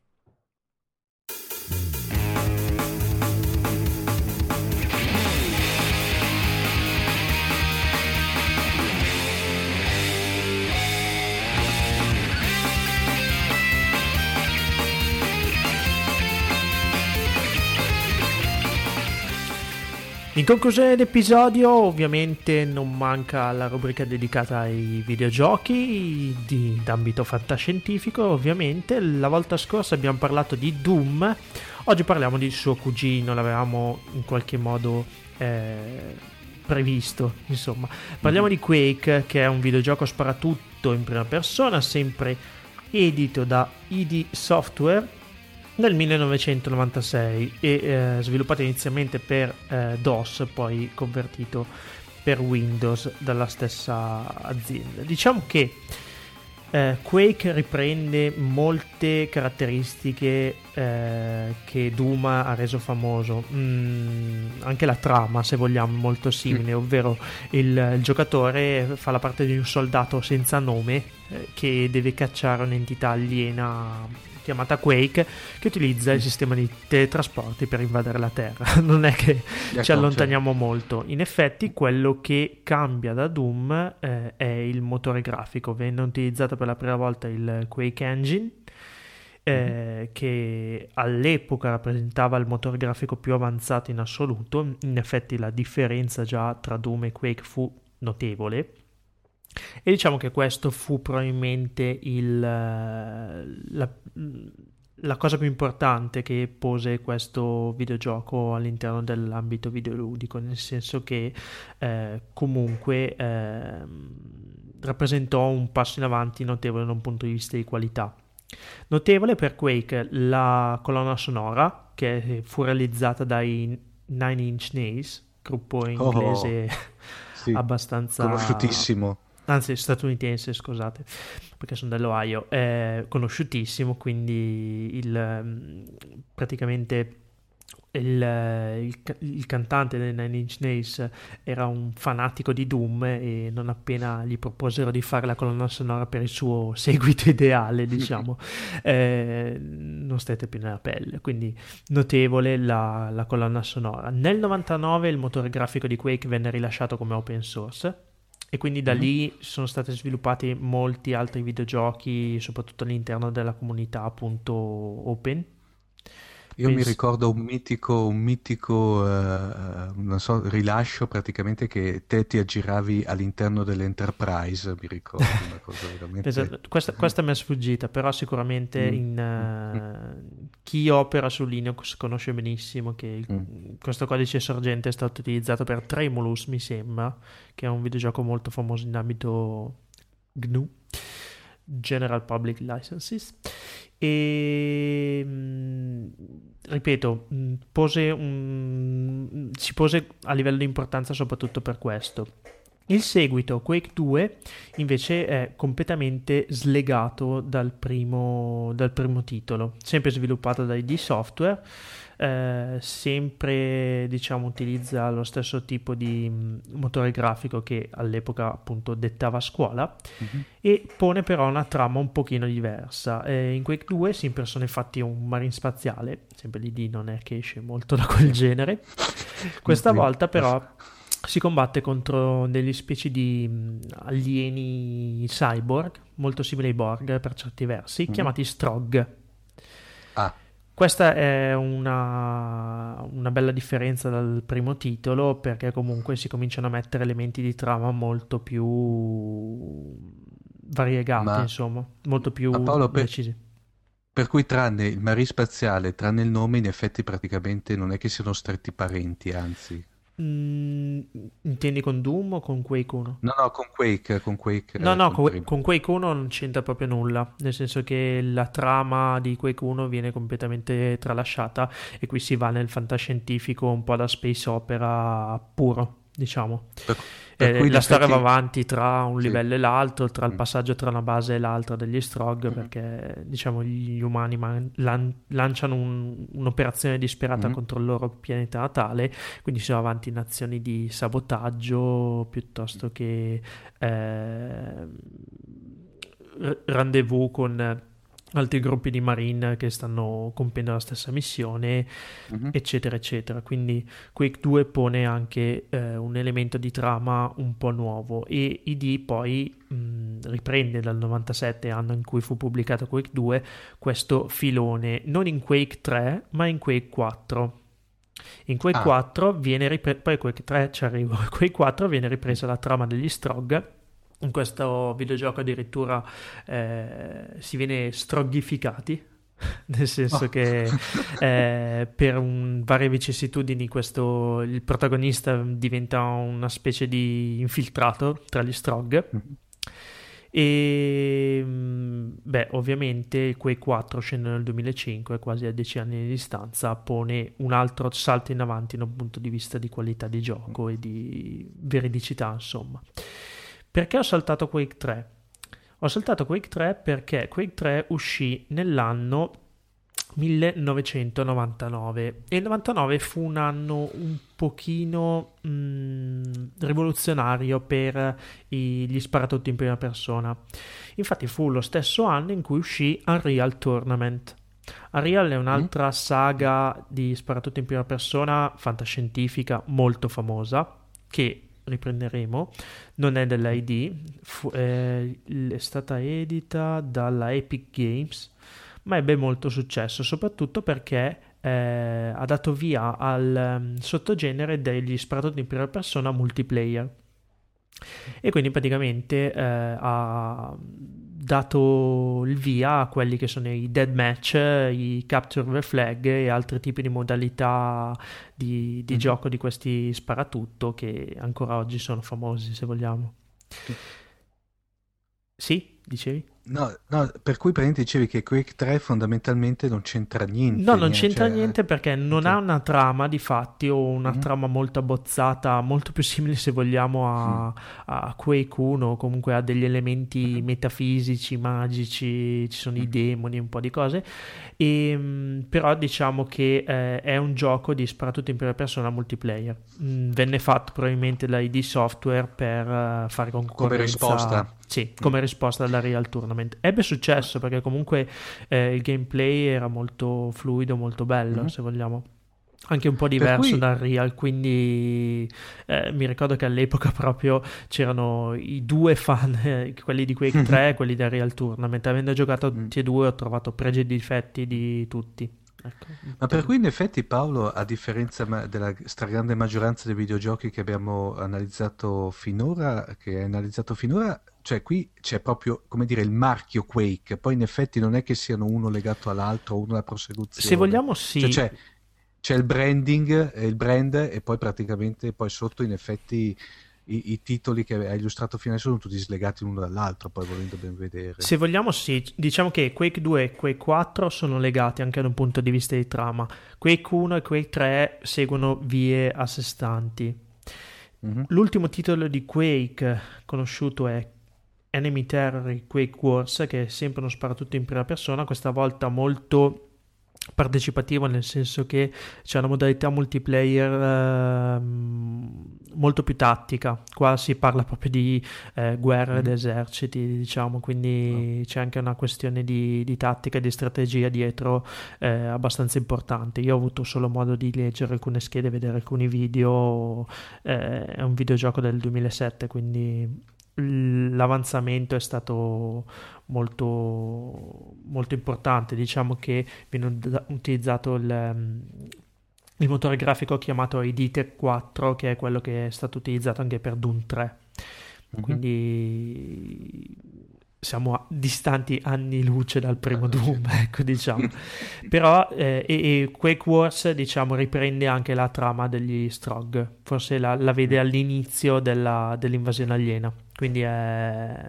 Speaker 1: In conclusione d'episodio, ovviamente non manca la rubrica dedicata ai videogiochi di, d'ambito fantascientifico. Ovviamente la volta scorsa abbiamo parlato di Doom, oggi parliamo di suo cugino, l'avevamo in qualche modo eh, previsto, insomma. Parliamo di Quake, che è un videogioco sparatutto in prima persona, sempre edito da I D Software nel millenovecentonovantasei e eh, sviluppato inizialmente per eh, DOS, poi convertito per Windows dalla stessa azienda. Diciamo che eh, Quake riprende molte caratteristiche eh, che Doom ha reso famoso, mm, anche la trama, se vogliamo, è molto simile, mm. ovvero il, il giocatore fa la parte di un soldato senza nome eh, che deve cacciare un'entità aliena chiamata Quake, che utilizza il sistema di teletrasporti per invadere la Terra. Non è che ci allontaniamo molto. In effetti quello che cambia da Doom eh, è il motore grafico. Venne utilizzato per la prima volta il Quake Engine, eh, mm-hmm. che all'epoca rappresentava il motore grafico più avanzato in assoluto. In effetti la differenza già tra Doom e Quake fu notevole. E diciamo che questo fu probabilmente il, la, la cosa più importante che pose questo videogioco all'interno dell'ambito videoludico, nel senso che eh, comunque eh, rappresentò un passo in avanti notevole da un punto di vista di qualità. Notevole per Quake la colonna sonora, che fu realizzata dai Nine Inch Nails, gruppo inglese oh,
Speaker 2: sì,
Speaker 1: abbastanza
Speaker 2: conosciutissimo,
Speaker 1: anzi statunitense, scusate, perché sono dell'Ohio, è conosciutissimo, quindi il praticamente il, il, il cantante dei Nine Inch Nails era un fanatico di Doom, e non appena gli proposero di fare la colonna sonora per il suo seguito ideale, diciamo, eh, non stette più nella pelle. Quindi notevole la, la colonna sonora. Nel novantanove il motore grafico di Quake venne rilasciato come open source, e quindi da mm-hmm. lì sono stati sviluppati molti altri videogiochi, soprattutto all'interno della comunità appunto open.
Speaker 2: Io Penso... mi ricordo un mitico, un mitico uh, non so, rilascio praticamente, che te ti aggiravi all'interno dell'Enterprise, mi ricordo una cosa veramente...
Speaker 1: Esatto. Questa, questa mi è sfuggita, però sicuramente mm. in, uh, chi opera su Linux conosce benissimo che il, mm. questo codice sorgente è stato utilizzato per Tremulous, mi sembra, che è un videogioco molto famoso in ambito G N U, General Public Licenses. E mh, ripeto, mh, pose un, si pose a livello di importanza soprattutto per questo. Il seguito, Quake due, invece è completamente slegato dal primo, dal primo titolo, sempre sviluppato da I D Software, eh, sempre diciamo utilizza lo stesso tipo di mh, motore grafico che all'epoca appunto dettava a scuola, mm-hmm. e pone però una trama un pochino diversa. Eh, in Quake due si impersona infatti un marine spaziale, sempre l'I D non è che esce molto da quel genere, questa volta però si combatte contro delle specie di mh, alieni cyborg, molto simili ai Borg per certi versi, mm-hmm. chiamati Strogg.
Speaker 2: Ah.
Speaker 1: Questa è una, una bella differenza dal primo titolo, perché comunque si cominciano a mettere elementi di trama molto più variegati, Ma... insomma, molto più
Speaker 2: Paolo,
Speaker 1: precisi.
Speaker 2: Per... Per cui tranne il marine spaziale, tranne il nome, in effetti praticamente non è che siano stretti parenti, anzi...
Speaker 1: Mm, intendi con Doom o con Quake uno?
Speaker 2: No, no, con Quake, con Quake.
Speaker 1: No, no, con, con Quake uno non c'entra proprio nulla, nel senso che la trama di Quake uno viene completamente tralasciata, e qui si va nel fantascientifico un po' da space opera puro, diciamo.
Speaker 2: Per, per
Speaker 1: eh,
Speaker 2: cui
Speaker 1: la storia
Speaker 2: effetti...
Speaker 1: va avanti tra un
Speaker 2: sì.
Speaker 1: livello e l'altro, tra il
Speaker 2: mm.
Speaker 1: passaggio tra una base e l'altra degli Strogg, mm. perché diciamo gli umani man- lan- lanciano un- un'operazione disperata mm. contro il loro pianeta natale, quindi si va avanti in azioni di sabotaggio piuttosto che eh, r- rendezvous con altri gruppi di marine che stanno compiendo la stessa missione, mm-hmm. eccetera eccetera. Quindi Quake due pone anche eh, un elemento di trama un po' nuovo, e I D poi mh, riprende dal novantasette, anno in cui fu pubblicato Quake due, questo filone non in Quake tre ma in Quake quattro. In Quake ah. quattro viene ripresa, poi Quake tre ci arrivo, Quake quattro viene ripresa la trama degli Strogg. In questo videogioco addirittura eh, si viene stroggificati, nel senso oh. che eh, per un, varie vicissitudini questo, il protagonista diventa una specie di infiltrato tra gli Strogg. Mm-hmm. E beh, ovviamente Quake quattro, scende nel duemilacinque, quasi a dieci anni di distanza, pone un altro salto in avanti da un punto di vista di qualità di gioco e di veridicità, insomma. Perché ho saltato Quake tre? Ho saltato Quake tre perché Quake tre uscì nell'anno millenovecentonovantanove, e il novantanove fu un anno un pochino mh, rivoluzionario per i, gli sparatutto in prima persona. Infatti fu lo stesso anno in cui uscì Unreal Tournament. Unreal è un'altra saga di sparatutto in prima persona fantascientifica molto famosa, che riprenderemo, non è dell'I D, fu, eh, è stata edita dalla Epic Games, ma ebbe molto successo, soprattutto perché eh, ha dato via al um, sottogenere degli sparatutto in prima persona multiplayer, e quindi praticamente eh, ha dato il via a quelli che sono i deathmatch, i capture the flag e altri tipi di modalità di, di mm-hmm. gioco di questi sparatutto che ancora oggi sono famosi, se vogliamo. Sì, dicevi?
Speaker 2: No, no, per cui praticamente dicevi che Quake tre fondamentalmente non c'entra niente.
Speaker 1: No, non c'entra cioè... niente perché non okay. ha una trama di fatti o una mm-hmm. trama molto abbozzata, molto più simile se vogliamo a, mm. a Quake uno, o comunque ha degli elementi mm-hmm. metafisici, magici, ci sono mm-hmm. i demoni, un po' di cose, e, però diciamo che eh, è un gioco di sparatutto in prima persona multiplayer. Mm, venne fatto probabilmente da I D Software per uh, fare concorrenza.
Speaker 2: Come risposta.
Speaker 1: Sì, come mm. risposta alla Real Tournament. Ebbe successo perché comunque eh, il gameplay era molto fluido, molto bello, mm. se vogliamo. Anche un po' diverso cui... dal Real, quindi eh, mi ricordo che all'epoca proprio c'erano i due fan, eh, quelli di Quake tre e quelli del Real Tournament. Avendo giocato tutti e due ho trovato pregi e difetti di tutti. Ecco.
Speaker 2: Ma per cui in effetti, Paolo, a differenza ma- della stragrande maggioranza dei videogiochi che abbiamo analizzato finora, che hai analizzato finora, cioè qui c'è proprio, come dire, il marchio Quake, poi in effetti non è che siano uno legato all'altro, uno alla prosecuzione.
Speaker 1: Se vogliamo sì.
Speaker 2: Cioè, c'è, c'è il branding, il brand e poi praticamente poi sotto in effetti I, i titoli che hai illustrato fino adesso sono tutti slegati l'uno dall'altro, poi volendo ben vedere.
Speaker 1: Se vogliamo sì, diciamo che Quake due e Quake quattro sono legati anche da un punto di vista di trama. Quake uno e Quake tre seguono vie a sé stanti. Mm-hmm. L'ultimo titolo di Quake conosciuto è Enemy Terror Quake Wars, che è sempre uno sparatutto in prima persona, questa volta molto partecipativo, nel senso che c'è una modalità multiplayer eh, molto più tattica. Qua si parla proprio di eh, guerre mm. d'eserciti, diciamo, quindi oh. c'è anche una questione di, di tattica e di strategia dietro eh, abbastanza importante. Io ho avuto solo modo di leggere alcune schede, vedere alcuni video. Eh, è un videogioco del duemilasette, quindi l'avanzamento è stato molto molto importante. Diciamo che viene utilizzato il, il motore grafico chiamato I D Tech quattro, che è quello che è stato utilizzato anche per Doom tre. Mm-hmm. Quindi siamo distanti anni luce dal primo Doom, ecco, diciamo. Però eh, e, e Quake Wars, diciamo, riprende anche la trama degli Strog, forse la, la vede all'inizio della, dell'invasione aliena, quindi è...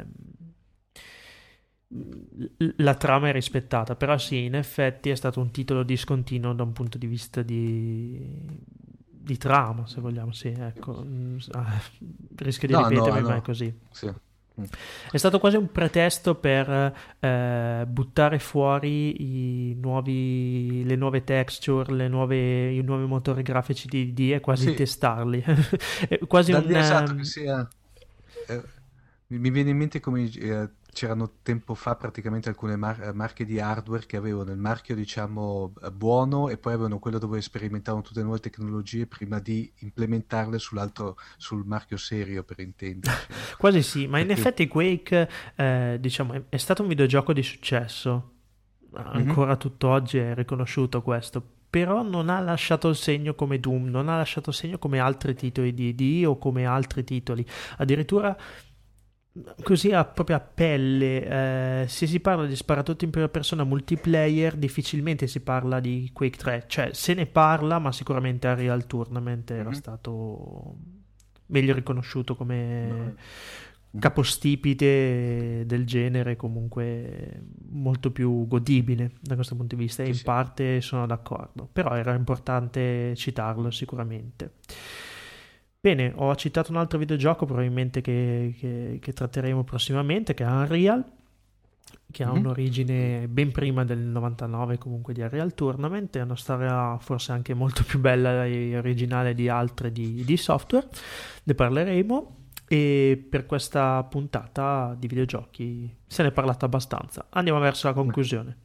Speaker 1: la trama è rispettata. Però sì, in effetti è stato un titolo discontinuo da un punto di vista di, di trama, se vogliamo, sì, ecco. Ah, rischio di
Speaker 2: no,
Speaker 1: ripetermi,
Speaker 2: no,
Speaker 1: ma
Speaker 2: no.
Speaker 1: è così.
Speaker 2: Sì.
Speaker 1: È stato quasi un pretesto per eh, buttare fuori i nuovi, le nuove texture, le nuove, i nuovi motori grafici di D e quasi sì. testarli. È quasi un...
Speaker 2: Esatto, che sia... eh, mi viene in mente come eh, c'erano tempo fa praticamente alcune mar- marche di hardware che avevano il marchio, diciamo, buono, e poi avevano quello dove sperimentavano tutte le nuove tecnologie prima di implementarle sull'altro, sul marchio serio, per intenderci.
Speaker 1: Quasi sì, ma in
Speaker 2: Perché...
Speaker 1: effetti Quake eh, diciamo è, è stato un videogioco di successo, ancora mm-hmm. tutt'oggi è riconosciuto questo, però non ha lasciato il segno come Doom, non ha lasciato il segno come altri titoli di I D o come altri titoli, addirittura così a propria pelle. Eh, se si parla di sparatutto in prima persona multiplayer, difficilmente si parla di Quake tre, cioè se ne parla, ma sicuramente a Real Tournament era mm-hmm. stato meglio riconosciuto come no. capostipite del genere, comunque molto più godibile da questo punto di vista, e in sì. parte sono d'accordo, però era importante citarlo sicuramente. Bene, ho citato un altro videogioco probabilmente che, che, che tratteremo prossimamente, che è Unreal, che ha mm-hmm. un'origine ben prima del novantanove, comunque, di Unreal Tournament. È una storia forse anche molto più bella e originale di altre di, di software, ne parleremo, e per questa puntata di videogiochi se ne è parlato abbastanza. Andiamo verso la conclusione.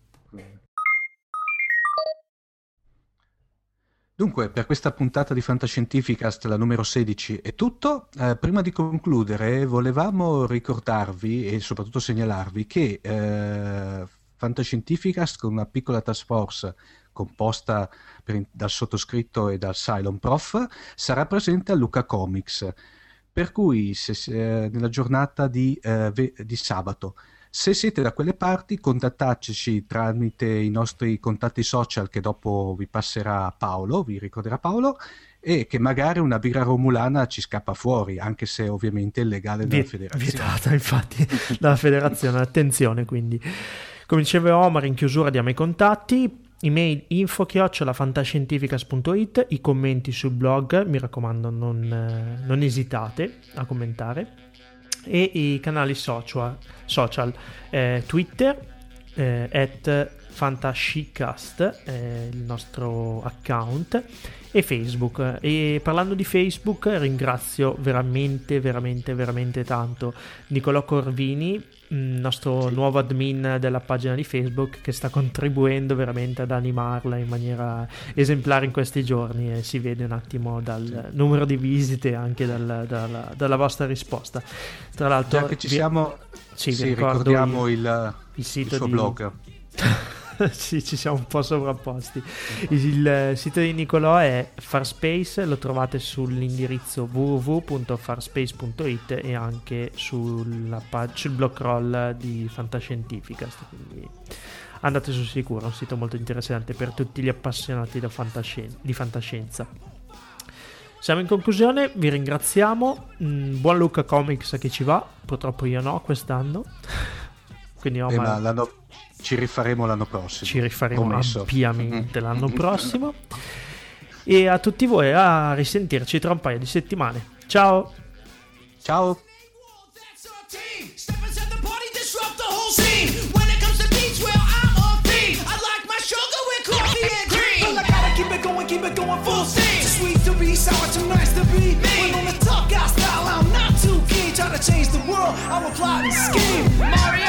Speaker 2: Dunque, per questa puntata di Fantascientificast, la numero sedici, è tutto. Eh, prima di concludere, volevamo ricordarvi e soprattutto segnalarvi che eh, Fantascientificast, con una piccola task force composta per, dal sottoscritto e dal Cylon Prof, sarà presente a Lucca Comics. Per cui, se, se, nella giornata di, eh, ve, di sabato, Se siete da quelle parti, contattateci tramite i nostri contatti social che dopo vi passerà Paolo, vi ricorderà Paolo, e che magari una birra romulana ci scappa fuori, anche se ovviamente è illegale dalla federazione.
Speaker 1: Vietata infatti dalla federazione, attenzione quindi. Come diceva Omar, in chiusura diamo i contatti, email info chiocciola fantascientificas punto it, i commenti sul blog, mi raccomando non, non esitate a commentare, e i canali social, social eh, Twitter eh, at fantascicast, eh, il nostro account, e Facebook. E parlando di Facebook, ringrazio veramente veramente veramente tanto Nicolò Corvini, nostro sì. nuovo admin della pagina di Facebook, che sta contribuendo veramente ad animarla in maniera esemplare in questi giorni, e si vede un attimo dal sì. numero di visite e anche dal, dalla, dalla vostra risposta. Tra l'altro,
Speaker 2: già che ci siamo,
Speaker 1: sì,
Speaker 2: sì, ricordiamo il, il,
Speaker 1: il sito
Speaker 2: il suo
Speaker 1: di...
Speaker 2: blog.
Speaker 1: Sì, ci siamo un po' sovrapposti. Il sito di Nicolò è Farspace, lo trovate sull'indirizzo w w w punto farspace punto it e anche sulla pag- sul blog roll di Fantascientificast, quindi andate sul sicuro, è un sito molto interessante per tutti gli appassionati da fantascien- di fantascienza. Siamo in conclusione, vi ringraziamo, mm, buon Luca Comics che ci va, purtroppo io no quest'anno, quindi Omar...
Speaker 2: eh, ma l'anno... ci rifaremo l'anno prossimo,
Speaker 1: ci rifaremo
Speaker 2: promesso.
Speaker 1: ampiamente l'anno prossimo, e a tutti voi a risentirci tra un paio di settimane. Ciao
Speaker 2: ciao.
Speaker 3: Keep it going full steam. Too sweet to be sour, too nice to be me. When on the tough guy style, I'm not too keen. Try to change the world, I'm a plotting scheme. Mario